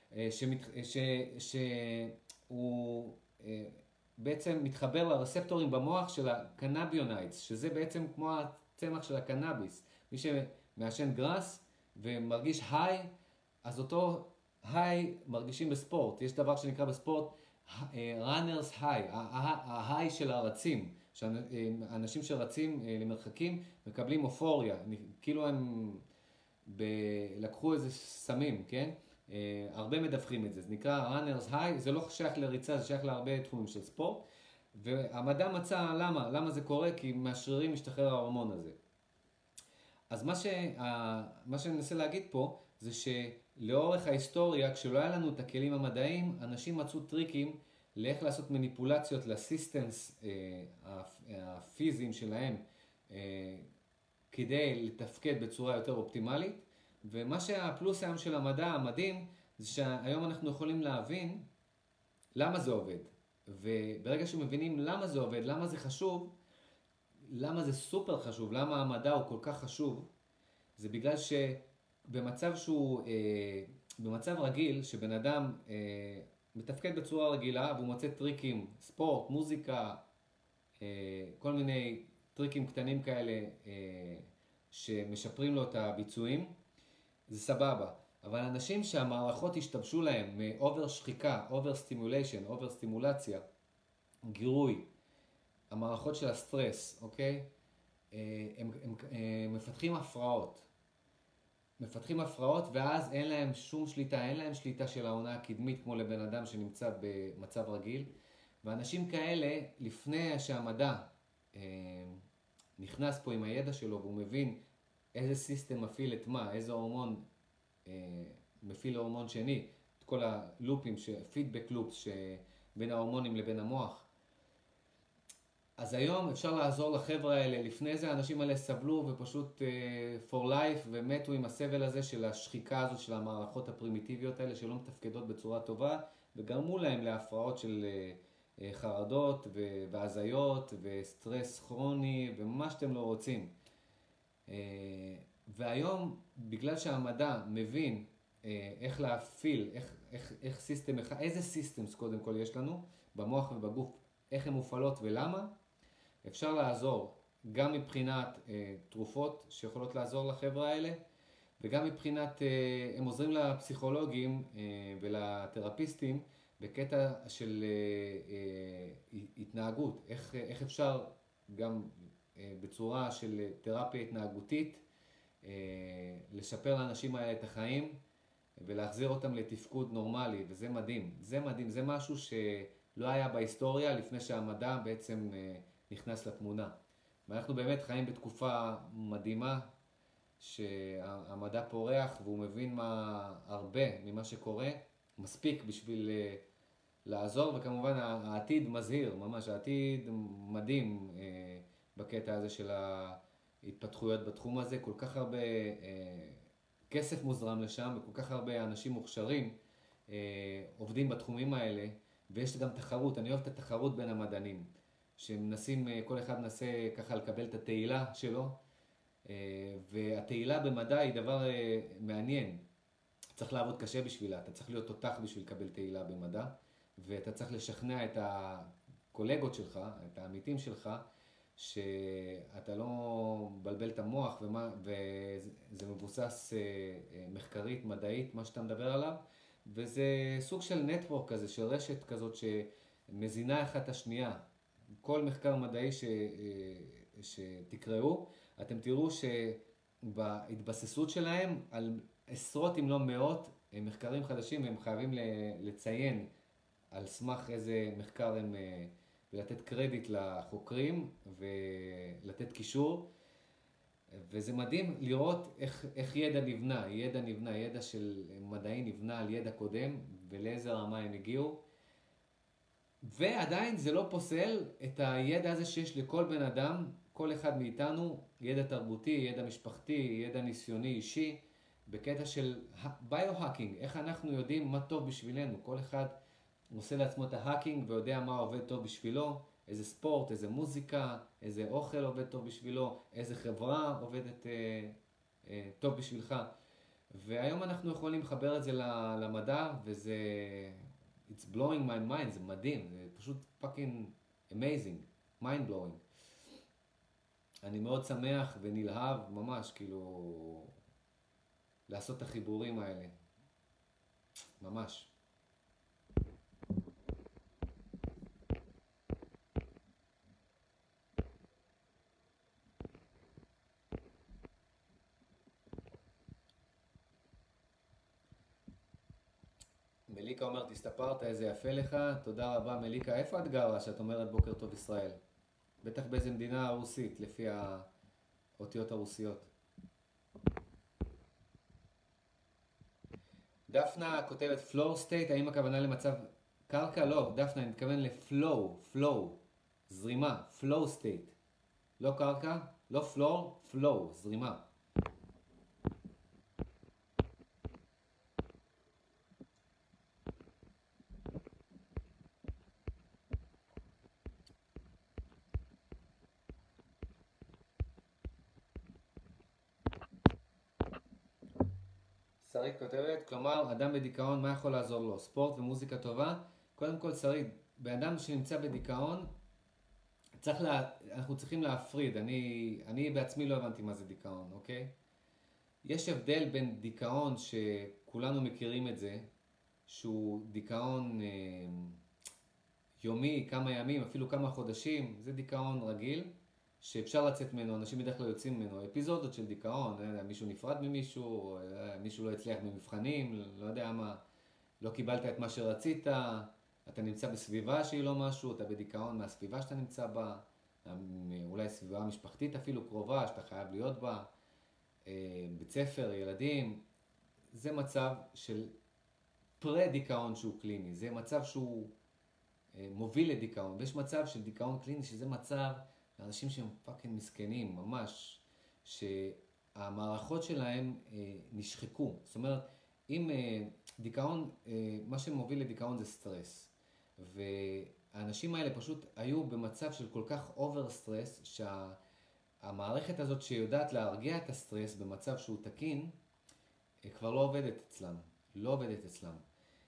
שהוא בעצם מתחבר לרספטורים במוח של הקנאביונאידס, שזה בעצם כמו הצמח של הקנאביס. מי שמעשן גראס ומרגיש היי, אז אותו היי מרגישים בספורט. יש דבר שנקרא בספורט runners high, ההיי של הרצים. אנשים שרצים למרחקים מקבלים אופוריה, כאילו הם ב... לקחו איזה סמים, כן? Uh, הרבה מדווחים את זה, זה נקרא runners high, זה לא שייך לריצה, זה שייך להרבה תחומים של ספורט, והמדע מצא למה, למה זה קורה, כי מהשרירים משתחרר ההורמון הזה. אז מה, ש, uh, מה שאני מנסה להגיד פה, זה שלאורך ההיסטוריה, כשלא היה לנו את הכלים המדעיים, אנשים מצאו טריקים לאיך לעשות מניפולציות לסיסטמס uh, הפיזיים שלהם, uh, כדי לתפקד בצורה יותר אופטימלית, ומה שהפלוס היום של המדע המדהים, זה שהיום אנחנו יכולים להבין למה זה עובד. וברגע שמבינים למה זה עובד, למה זה חשוב, למה זה סופר חשוב, למה המדע הוא כל כך חשוב, זה בגלל שבמצב שהוא, אה, במצב רגיל, שבן אדם אה, מתפקד בצורה רגילה, והוא מוצא טריקים, ספורט, מוזיקה, אה, כל מיני טריקים קטנים כאלה, אה, שמשפרים לו את הביצועים, זה סבבה. אבל אנשים שהמערכות השתבשו להם מאובר שחיקה, אובר סטימוליישן, אובר סטימולציה, גירוי, המערכות של הסטרס, אוקיי? הם, הם, הם, הם מפתחים הפרעות. מפתחים הפרעות ואז אין להם שום שליטה, אין להם שליטה של העונה הקדמית כמו לבן אדם שנמצא במצב רגיל. ואנשים כאלה, לפני שהמדע אה, נכנס פה עם הידע שלו והוא מבין איזה סיסטם מפעיל את מה, איזה הורמון אה, מפעיל הורמון שני, את כל הלופים, פידבק לופס שבין ההורמונים לבין המוח. אז היום אפשר לעזור לחבר'ה האלה, לפני זה האנשים האלה סבלו ופשוט uh, for life ומתו עם הסבל הזה של השחיקה הזאת של המערכות הפרימיטיביות האלה שלא מתפקדות בצורה טובה וגרמו להם להפרעות של uh, uh, חרדות והזיות וסטרס כרוני ומה שאתם לא רוצים. Uh, והיום בגלל שהמדע מבין uh, איך להפעיל, איך, איך, איך סיסטם, איזה סיסטמס קודם כל יש לנו במוח ובגוף, איך הן מופעלות ולמה, אפשר לעזור גם מבחינת אה, תרופות שיכולות לעזור לחבר'ה האלה, וגם מבחינת, אה, הם עוזרים לפסיכולוגים אה, ולתרפיסטים בקטע של אה, אה, התנהגות, איך, איך אפשר גם אה, בצורה של תרפיה התנהגותית אה, לשפר לאנשים האלה את החיים ולהחזיר אותם לתפקוד נורמלי, וזה מדהים, זה מדהים, זה משהו ש... לא היה בהיסטוריה לפני שהמדע בעצם נכנס לתמונה. ואנחנו באמת חיים בתקופה מדהימה, שהמדע פורח והוא מבין מה, הרבה ממה שקורה, מספיק בשביל אה, לעזור, וכמובן העתיד מזהיר, ממש העתיד מדהים אה, בקטע הזה של ההתפתחויות בתחום הזה, כל כך הרבה אה, כסף מוזרם לשם וכל כך הרבה אנשים מוכשרים אה, עובדים בתחומים האלה, ויש גם תחרות, אני אוהב את התחרות בין המדענים, שמנסים, אה, כל אחד מנסה ככה לקבל את התהילה שלו, אה, והתהילה במדע היא דבר אה, מעניין. צריך לעבוד קשה בשבילה, אתה צריך להיות תותח בשביל לקבל תהילה במדע, ואתה צריך לשכנע את הקולגות שלך, את העמיתים שלך, שאתה לא מבלבל את המוח, ומה, וזה מבוסס אה, אה, מחקרית, מדעית, מה שאתה מדבר עליו, וזה סוג של נטוורק כזה, של רשת כזאת שמזינה אחת את השנייה. כל מחקר מדעי ש, אה, שתקראו, אתם תראו שבהתבססות שלהם על עשרות אם לא מאות מחקרים חדשים, והם חייבים לציין על סמך איזה מחקר הם, ולתת קרדיט לחוקרים ולתת קישור. וזה מדהים לראות איך, איך ידע נבנה, ידע נבנה, ידע של מדעי נבנה על ידע קודם, ולאיזה רמה הם הגיעו. ועדיין זה לא פוסל את הידע הזה שיש לכל בן אדם, כל אחד מאיתנו, ידע תרבותי, ידע משפחתי, ידע ניסיוני אישי, בקטע של ביו-האקינג, איך אנחנו יודעים מה טוב בשבילנו. כל אחד עושה לעצמו את ההאקינג ויודע מה עובד טוב בשבילו, איזה ספורט, איזה מוזיקה, איזה אוכל עובד טוב בשבילו, איזה חברה עובדת אה, אה, טוב בשבילך. והיום אנחנו יכולים לחבר את זה למדע, וזה it's blowing my mind, זה מדהים, זה פשוט fucking amazing, mind blowing. אני מאוד שמח ונלהב ממש, כאילו, לעשות את החיבורים האלה. ממש. מליקה אומרת, הסתפרת, איזה יפה לך, תודה רבה מליקה. איפה את גרה שאת אומרת בוקר טוב ישראל? בטח באיזה מדינה רוסית, לפי האותיות הרוסיות. דפנה כותבת flow state, האם הכוונה למצב קרקע? לא, דפנה, אני מתכוון ל-flow, flow, זרימה, flow state. לא קרקע, לא floor, flow, זרימה. שרית כותבת, כלומר, אדם בדיכאון, מה יכול לעזור לו? ספורט ומוזיקה טובה? קודם כל, שרית, באדם שנמצא בדיכאון, צריך לה, אנחנו צריכים להפריד. אני, אני בעצמי לא הבנתי מה זה דיכאון, אוקיי? יש הבדל בין דיכאון שכולנו מכירים את זה, שהוא דיכאון אה, יומי, כמה ימים, אפילו כמה חודשים, זה דיכאון רגיל, שאפשר לצאת ממנו, אנשים בדרך כלל יוצאים ממנו, אפיזודות של דיכאון, לא יודע, מישהו נפרד ממישהו, מישהו לא הצליח במבחנים, לא יודע מה, לא קיבלת את מה שרצית, אתה נמצא בסביבה שהיא לא משהו, אתה בדיכאון מהסביבה שאתה נמצא בה, אולי סביבה משפחתית אפילו קרובה, שאתה חייב להיות בה, בית ספר, ילדים, זה מצב של פרה-דיכאון שהוא קליני, זה מצב שהוא מוביל לדיכאון, ויש מצב של דיכאון קליני שזה מצב לאנשים שהם פאקינג מסכנים, ממש, שהמערכות שלהם אה, נשחקו. זאת אומרת, אם אה, דיכאון, אה, מה שמוביל לדיכאון זה סטרס. והאנשים האלה פשוט היו במצב של כל כך אובר סטרס, שהמערכת הזאת שיודעת להרגיע את הסטרס במצב שהוא תקין, אה, כבר לא עובדת אצלם. לא עובדת אצלם.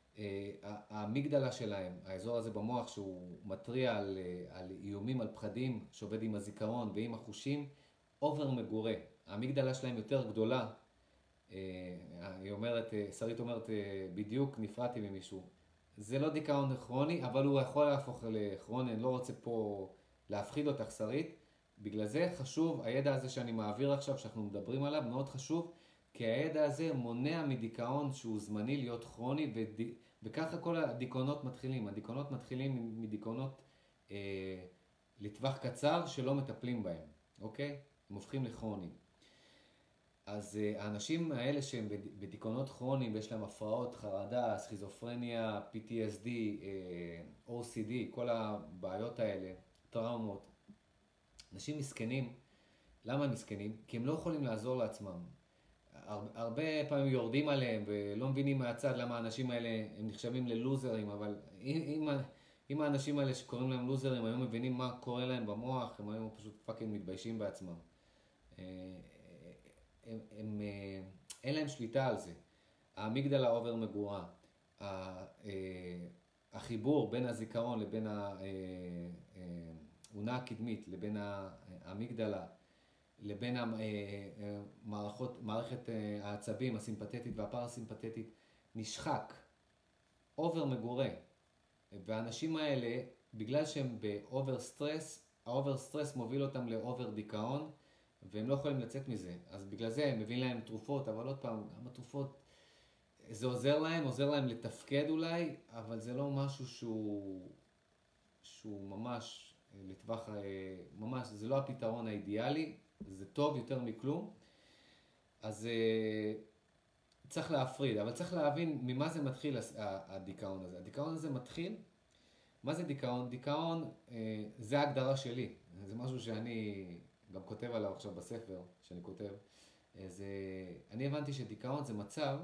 המגדלה שלהם, האזור הזה במוח שהוא מטריע על, על איומים, על פחדים, שעובד עם הזיכרון ועם החושים, אובר מגורה. המגדלה שלהם יותר גדולה. היא אומרת, שרית אומרת, בדיוק נפרדתי ממישהו. זה לא דיכאון כרוני, אבל הוא יכול להפוך לכרוני, אני לא רוצה פה להפחיד אותך שרית. בגלל זה חשוב, הידע הזה שאני מעביר עכשיו, שאנחנו מדברים עליו, מאוד חשוב, כי הידע הזה מונע מדיכאון שהוא זמני להיות כרוני, וד... וככה כל הדיכאונות מתחילים. הדיכאונות מתחילים מדיכאונות אה, לטווח קצר שלא מטפלים בהם. אוקיי? הם הופכים לכרוניים. אז uh, האנשים האלה שהם בדיכאונות כרוניים ויש להם הפרעות, חרדה, סכיזופרניה, פי טי אס די, uh, או סי די, כל הבעיות האלה, טראומות, אנשים מסכנים. למה הם מסכנים? כי הם לא יכולים לעזור לעצמם. הר, הרבה פעמים יורדים עליהם ולא מבינים מהצד למה האנשים האלה הם נחשבים ללוזרים, אבל אם, אם, אם האנשים האלה שקוראים להם לוזרים היו מבינים מה קורה להם במוח, הם היו פשוט פאקינג מתביישים בעצמם. הם, הם, אין להם שליטה על זה. האמיגדלה אובר מגורה, החיבור בין הזיכרון לבין האונה הקדמית, לבין האמיגדלה, לבין המערכות, מערכת העצבים, הסימפתטית והפרסימפתטית, נשחק, אובר מגורה. והאנשים האלה, בגלל שהם באובר סטרס, האובר סטרס מוביל אותם לאובר דיכאון, והם לא יכולים לצאת מזה. אז בגלל זה הם מביאים להם תרופות, אבל עוד פעם, גם התרופות, זה עוזר להם, עוזר להם לתפקד אולי, אבל זה לא משהו שהוא, שהוא ממש לטווח, ממש, זה לא הפתרון האידיאלי, זה טוב יותר מכלום. אז צריך להפריד, אבל צריך להבין ממה זה מתחיל הדיכאון הזה. הדיכאון הזה מתחיל, מה זה דיכאון? דיכאון זה ההגדרה שלי, זה משהו שאני גם כותב עליו עכשיו בספר שאני כותב. זה, אני הבנתי שדיכאון זה מצב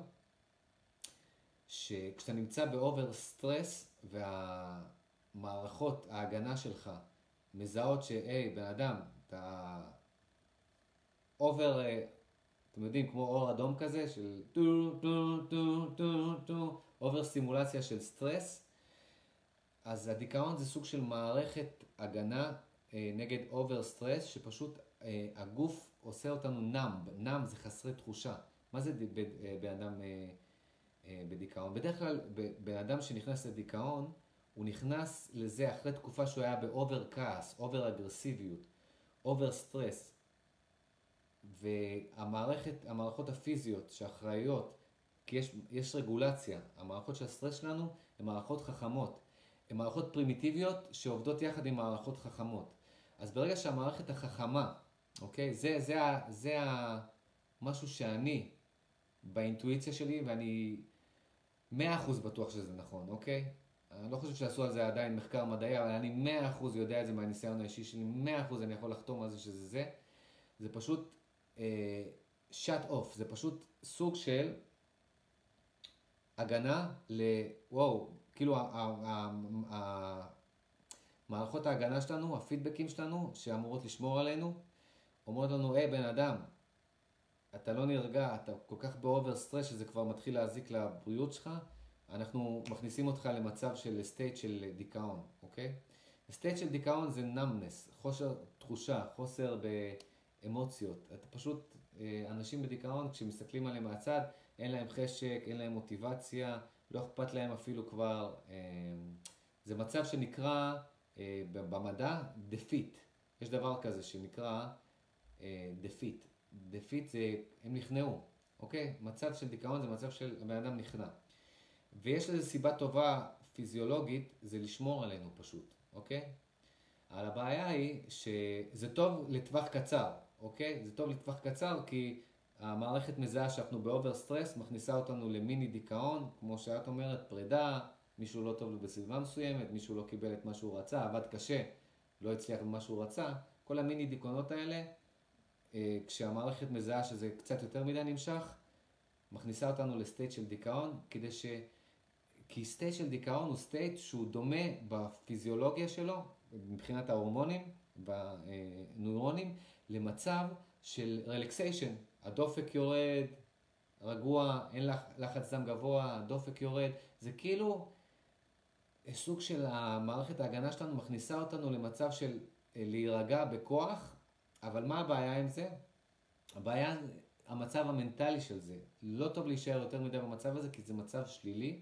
שכשאתה נמצא באובר סטרס והמערכות ההגנה שלך מזהות שהי בן אדם אתה אובר, אתם יודעים, כמו אור אדום כזה של טו טו טו טו טו, אובר סימולציה של סטרס. אז הדיכאון זה סוג של מערכת הגנה נגד אובר סטרס, שפשוט הגוף עושה אותנו נאמב. נאמב זה חסרי תחושה. מה זה בן אדם בדיכאון? בדרך כלל בן אדם שנכנס לדיכאון, הוא נכנס לזה אחרי תקופה שהוא היה באובר כעס, אובר אגרסיביות, אובר סטרס. והמערכת, המערכות הפיזיות שאחראיות, כי יש, יש רגולציה, המערכות של הסטרס שלנו הן מערכות חכמות. הן מערכות פרימיטיביות שעובדות יחד עם מערכות חכמות. אז ברגע שהמערכת החכמה, אוקיי, זה, זה, זה משהו שאני, באינטואיציה שלי, ואני מאה אחוז בטוח שזה נכון, אוקיי? אני לא חושב שעשו על זה עדיין מחקר מדעי, אבל אני מאה אחוז יודע את זה מהניסיון האישי שלי, מאה אחוז אני יכול לחתום על זה שזה זה. זה פשוט אה, shut off, זה פשוט סוג של הגנה ל... וואו, כאילו מערכות ההגנה שלנו, הפידבקים שלנו, שאמורות לשמור עלינו, אומרות לנו, היי בן אדם, אתה לא נרגע, אתה כל כך באובר סטרס שזה כבר מתחיל להזיק לבריאות שלך, אנחנו מכניסים אותך למצב של סטייט של דיכאון, אוקיי? סטייט של דיכאון זה numbness, חוסר תחושה, חוסר באמוציות. אתה פשוט, אנשים בדיכאון, כשמסתכלים עליהם מהצד, אין להם חשק, אין להם מוטיבציה, לא אכפת להם אפילו כבר. זה מצב שנקרא במדע defeat. יש דבר כזה שנקרא defeat. defeat זה, הם נכנעו, אוקיי? מצב של דיכאון זה מצב של הבן אדם נכנע. ויש לזה סיבה טובה פיזיולוגית, זה לשמור עלינו פשוט, אוקיי? אבל הבעיה היא שזה טוב לטווח קצר, אוקיי? זה טוב לטווח קצר כי המערכת מזהה שאנחנו באובר סטרס, מכניסה אותנו למיני דיכאון, כמו שאת אומרת, פרידה, מישהו לא טוב לו בסביבה מסוימת, מישהו לא קיבל את מה שהוא רצה, עבד קשה, לא הצליח במה שהוא רצה. כל המיני דיכאונות האלה, כשהמערכת מזהה שזה קצת יותר מדי נמשך, מכניסה אותנו לסטייט של דיכאון, כדי ש... כי סטייט של דיכאון הוא סטייט שהוא דומה בפיזיולוגיה שלו, מבחינת ההורמונים והנוירונים, למצב של רלקסיישן. הדופק יורד, רגוע, אין לחץ דם גבוה, הדופק יורד. זה כאילו סוג של המערכת ההגנה שלנו מכניסה אותנו למצב של להירגע בכוח, אבל מה הבעיה עם זה? הבעיה, המצב המנטלי של זה. לא טוב להישאר יותר מדי במצב הזה, כי זה מצב שלילי.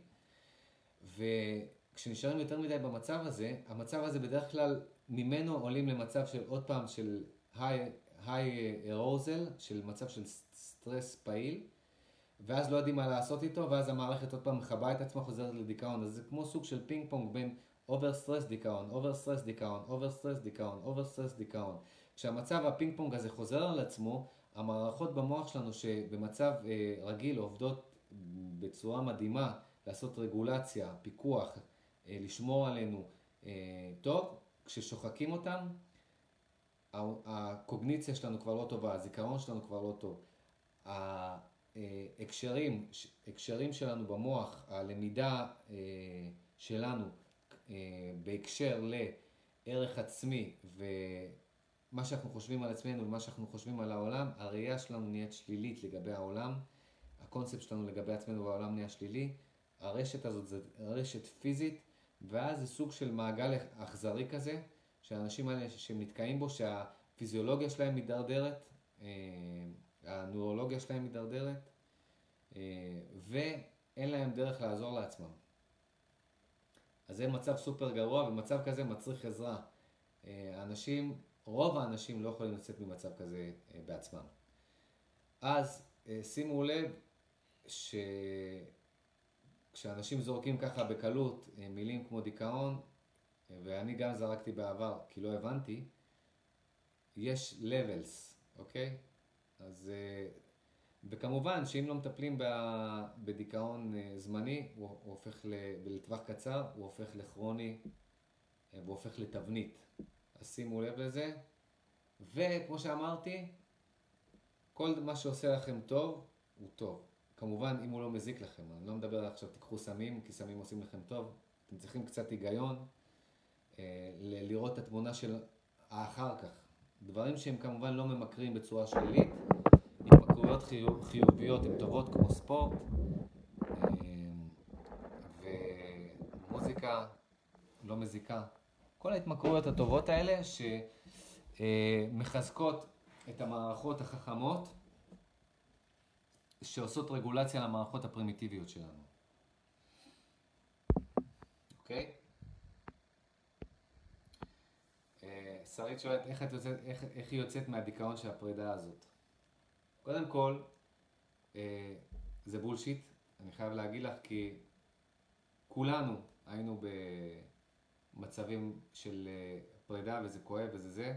וכשנשארים יותר מדי במצב הזה, המצב הזה בדרך כלל ממנו עולים למצב של עוד פעם של high arousal, של מצב של סטרס פעיל, ואז לא יודעים מה לעשות איתו, ואז המערכת עוד פעם מחבה את עצמה, חוזרת לדיכאון. אז זה כמו סוג של פינג פונג בין אובר סטרס דיכאון, אובר סטרס דיכאון, אובר סטרס דיכאון, אובר סטרס דיכאון. כשהמצב הפינג פונג הזה חוזר על עצמו, המערכות במוח שלנו שבמצב אה, רגיל עובדות בצורה מדהימה, לעשות רגולציה, פיקוח, אה, לשמור עלינו אה, טוב, כששוחקים אותם, הקוגניציה שלנו כבר לא טובה, הזיכרון שלנו כבר לא טוב. ההקשרים, הקשרים שלנו במוח, הלמידה אה, שלנו אה, בהקשר לערך עצמי ומה שאנחנו חושבים על עצמנו ומה שאנחנו חושבים על העולם, הראייה שלנו נהיית שלילית לגבי העולם, הקונספט שלנו לגבי עצמנו והעולם נהיה שלילי, הרשת הזאת זה רשת פיזית, ואז זה סוג של מעגל אכזרי כזה, שהאנשים האלה שנתקעים בו, שהפיזיולוגיה שלהם מתדרדרת, הנוירולוגיה שלהם מתדרדרת, ואין להם דרך לעזור לעצמם. אז זה מצב סופר גרוע, ומצב כזה מצריך עזרה. האנשים, רוב האנשים לא יכולים לצאת ממצב כזה בעצמם. אז שימו לב שכשאנשים זורקים ככה בקלות מילים כמו דיכאון, ואני גם זרקתי בעבר כי לא הבנתי, יש levels, אוקיי? אז, וכמובן שאם לא מטפלים בדיכאון זמני, הוא, הוא הופך לטווח קצר, הוא הופך לכרוני, והוא הופך לתבנית. אז שימו לב לזה. וכמו שאמרתי, כל מה שעושה לכם טוב, הוא טוב. כמובן, אם הוא לא מזיק לכם. אני לא מדבר עכשיו, תיקחו סמים, כי סמים עושים לכם טוב. אתם צריכים קצת היגיון, לראות את התמונה של האחר כך. דברים שהם כמובן לא ממכרים בצורה שלילית, התמכרויות חיוביות הן טובות כמו ספורט ומוזיקה לא מזיקה. כל ההתמכרויות הטובות האלה שמחזקות את המערכות החכמות שעושות רגולציה למערכות הפרימיטיביות שלנו. אוקיי? שרית שואלת איך, את יוצאת, איך, איך היא יוצאת מהדיכאון של הפרידה הזאת. קודם כל, זה בולשיט, אני חייב להגיד לך, כי כולנו היינו במצבים של פרידה וזה כואב וזה זה,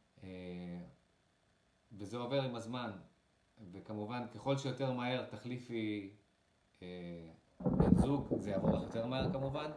וזה עובר עם הזמן, וכמובן ככל שיותר מהר תחליפי בן זוג, זה יעבור לך יותר מהר כמובן,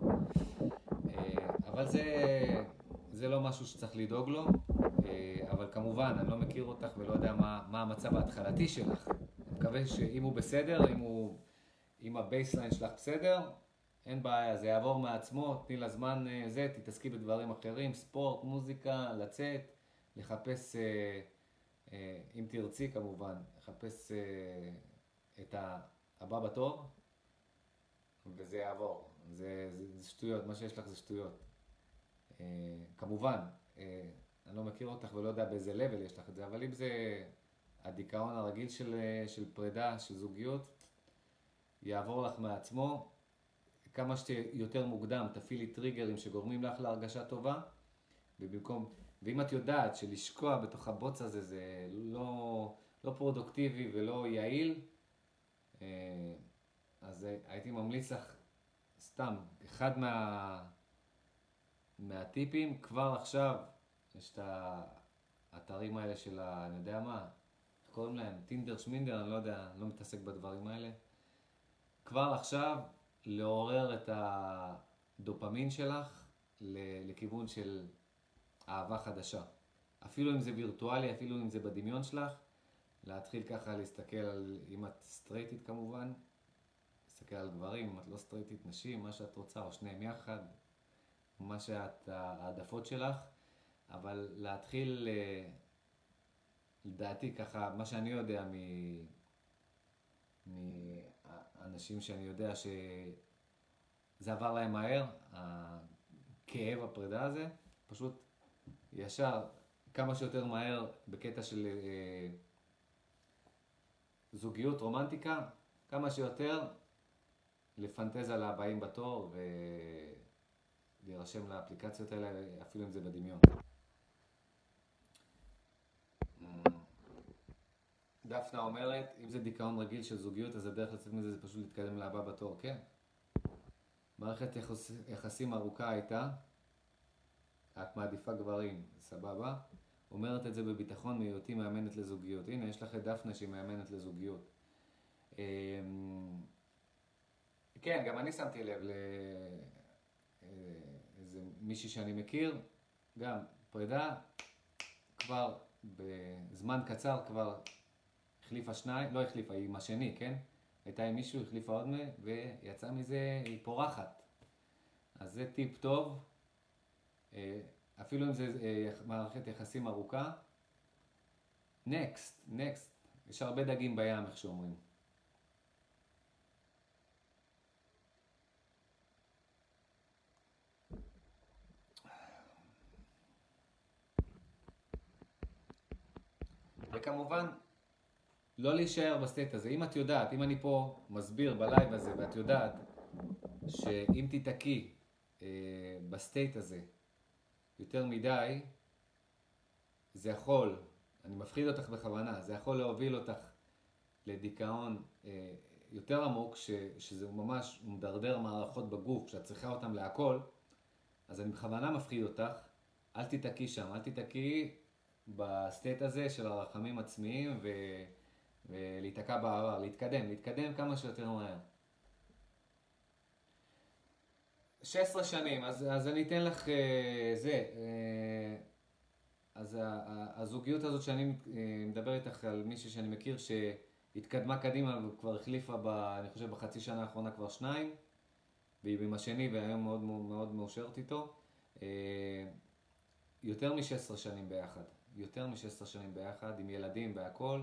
אבל זה... זה לא משהו שצריך לדאוג לו, אבל כמובן, אני לא מכיר אותך ולא יודע מה, מה המצב ההתחלתי שלך. אני מקווה שאם הוא בסדר, אם, הוא, אם הבייסליין שלך בסדר, אין בעיה, זה יעבור מעצמו, תני לזמן זה, תתעסקי בדברים אחרים, ספורט, מוזיקה, לצאת, לחפש, אם תרצי כמובן, לחפש את הבא בתור, וזה יעבור. זה, זה, זה שטויות, מה שיש לך זה שטויות. Uh, כמובן, uh, אני לא מכיר אותך ולא יודע באיזה לבל יש לך את זה, אבל אם זה הדיכאון הרגיל של, של פרידה, של זוגיות, יעבור לך מעצמו. כמה שיותר מוקדם, תפעילי טריגרים שגורמים לך להרגשה טובה, ובמקום, ואם את יודעת שלשקוע בתוך הבוץ הזה זה לא, לא פרודוקטיבי ולא יעיל, uh, אז הייתי ממליץ לך סתם, אחד מה... מהטיפים, כבר עכשיו יש את האתרים האלה של ה... אני יודע מה, איך קוראים להם? טינדר, שמינדר, אני לא יודע, אני לא מתעסק בדברים האלה. כבר עכשיו לעורר את הדופמין שלך לכיוון של אהבה חדשה. אפילו אם זה וירטואלי, אפילו אם זה בדמיון שלך, להתחיל ככה להסתכל על, אם את סטרייטית כמובן, להסתכל על גברים, אם את לא סטרייטית, נשים, מה שאת רוצה, או שניהם יחד. מה שאת, העדפות שלך, אבל להתחיל, לדעתי ככה, מה שאני יודע מאנשים שאני יודע שזה עבר להם מהר, הכאב, הפרידה הזה, פשוט ישר, כמה שיותר מהר בקטע של זוגיות, רומנטיקה, כמה שיותר לפנטז על הבאים בתור ו... להירשם לאפליקציות האלה, אפילו אם זה בדמיון. דפנה אומרת, אם זה דיכאון רגיל של זוגיות, אז הדרך לצאת מזה זה פשוט להתקדם להבא בתור, כן? מערכת יחס, יחסים ארוכה הייתה, את מעדיפה גברים, סבבה? אומרת את זה בביטחון מהיותי מאמנת לזוגיות. הנה, יש לך את דפנה שהיא מאמנת לזוגיות. אמ, כן, גם אני שמתי לב לאיזה מישהי שאני מכיר, גם פרידה, כבר בזמן קצר כבר החליפה שניים, לא החליפה, היא עם השני, כן? הייתה עם מישהו, החליפה עוד מהם, ויצאה מזה, היא פורחת. אז זה טיפ טוב, אפילו אם זה מערכת יחסים ארוכה. נקסט, נקסט, יש הרבה דגים בים, איך שאומרים. וכמובן, לא להישאר בסטייט הזה. אם את יודעת, אם אני פה מסביר בלייב הזה, ואת יודעת שאם תתעקי אה, בסטייט הזה יותר מדי, זה יכול, אני מפחיד אותך בכוונה, זה יכול להוביל אותך לדיכאון אה, יותר עמוק, ש, שזה ממש מדרדר מערכות בגוף, שאת צריכה אותם להכל, אז אני בכוונה מפחיד אותך, אל תתעקי שם, אל תתעקי בסטייט הזה של הרחמים עצמיים ו... ולהתעקע בעבר, להתקדם, להתקדם כמה שיותר מהר. שש עשרה שנים, אז, אז אני אתן לך אה, זה, אה, אז הזוגיות הזאת שאני אה, מדבר איתך על מישהו שאני מכיר שהתקדמה קדימה וכבר החליפה, ב, אני חושב בחצי שנה האחרונה כבר שניים, והיא עם השני והיום מאוד מאוד מאושרת איתו. אה, יותר מ-שש עשרה שנים ביחד, יותר מ-שש עשרה שנים ביחד, עם ילדים והכל.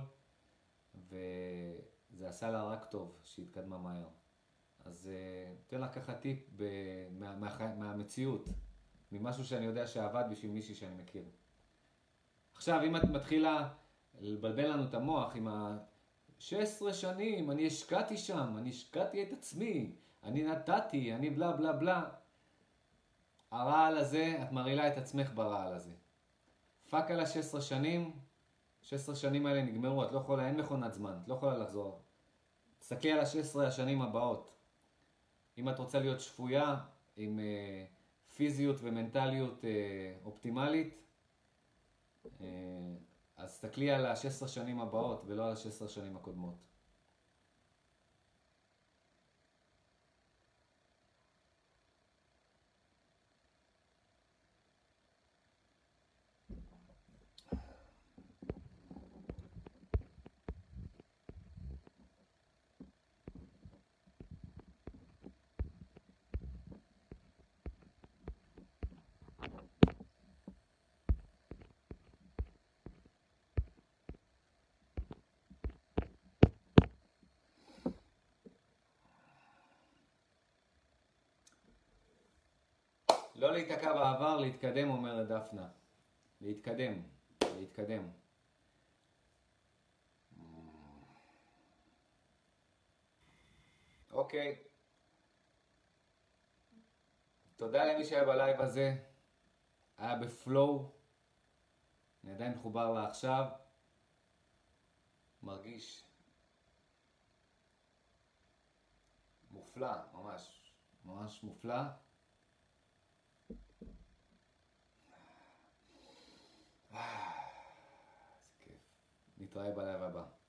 וזה עשה לה רק טוב שהתקדמה מהר. אז תן לך ככה טיפ ב... מה... מה... מהמציאות, ממשהו שאני יודע שעבד בשביל מישהי שאני מכיר. עכשיו, אם את מתחילה לבלבל לנו את המוח עם ה-שש עשרה שנים, אני השקעתי שם, אני השקעתי את עצמי, אני נתתי, אני בלה בלה בלה. הרעל הזה, את מרעילה את עצמך ברעל הזה. פאק על ה-שש עשרה שנים, שש עשרה שנים האלה נגמרו, את לא יכולה, אין מכונת זמן, את לא יכולה לחזור. תסתכלי על ה-שש עשרה השנים הבאות. אם את רוצה להיות שפויה, עם אה, פיזיות ומנטליות אה, אופטימלית, אה, אז תסתכלי על ה-שש עשרה שנים הבאות ולא על ה-שש עשרה שנים הקודמות. לא להתעקע בעבר, להתקדם, אומרת דפנה. להתקדם, להתקדם. אוקיי. תודה למי שהיה בלייב הזה. היה בפלואו. אני עדיין מחובר לה עכשיו. מרגיש מופלא, ממש. ממש מופלא. איזה כיף. נתראה בלייב הבא.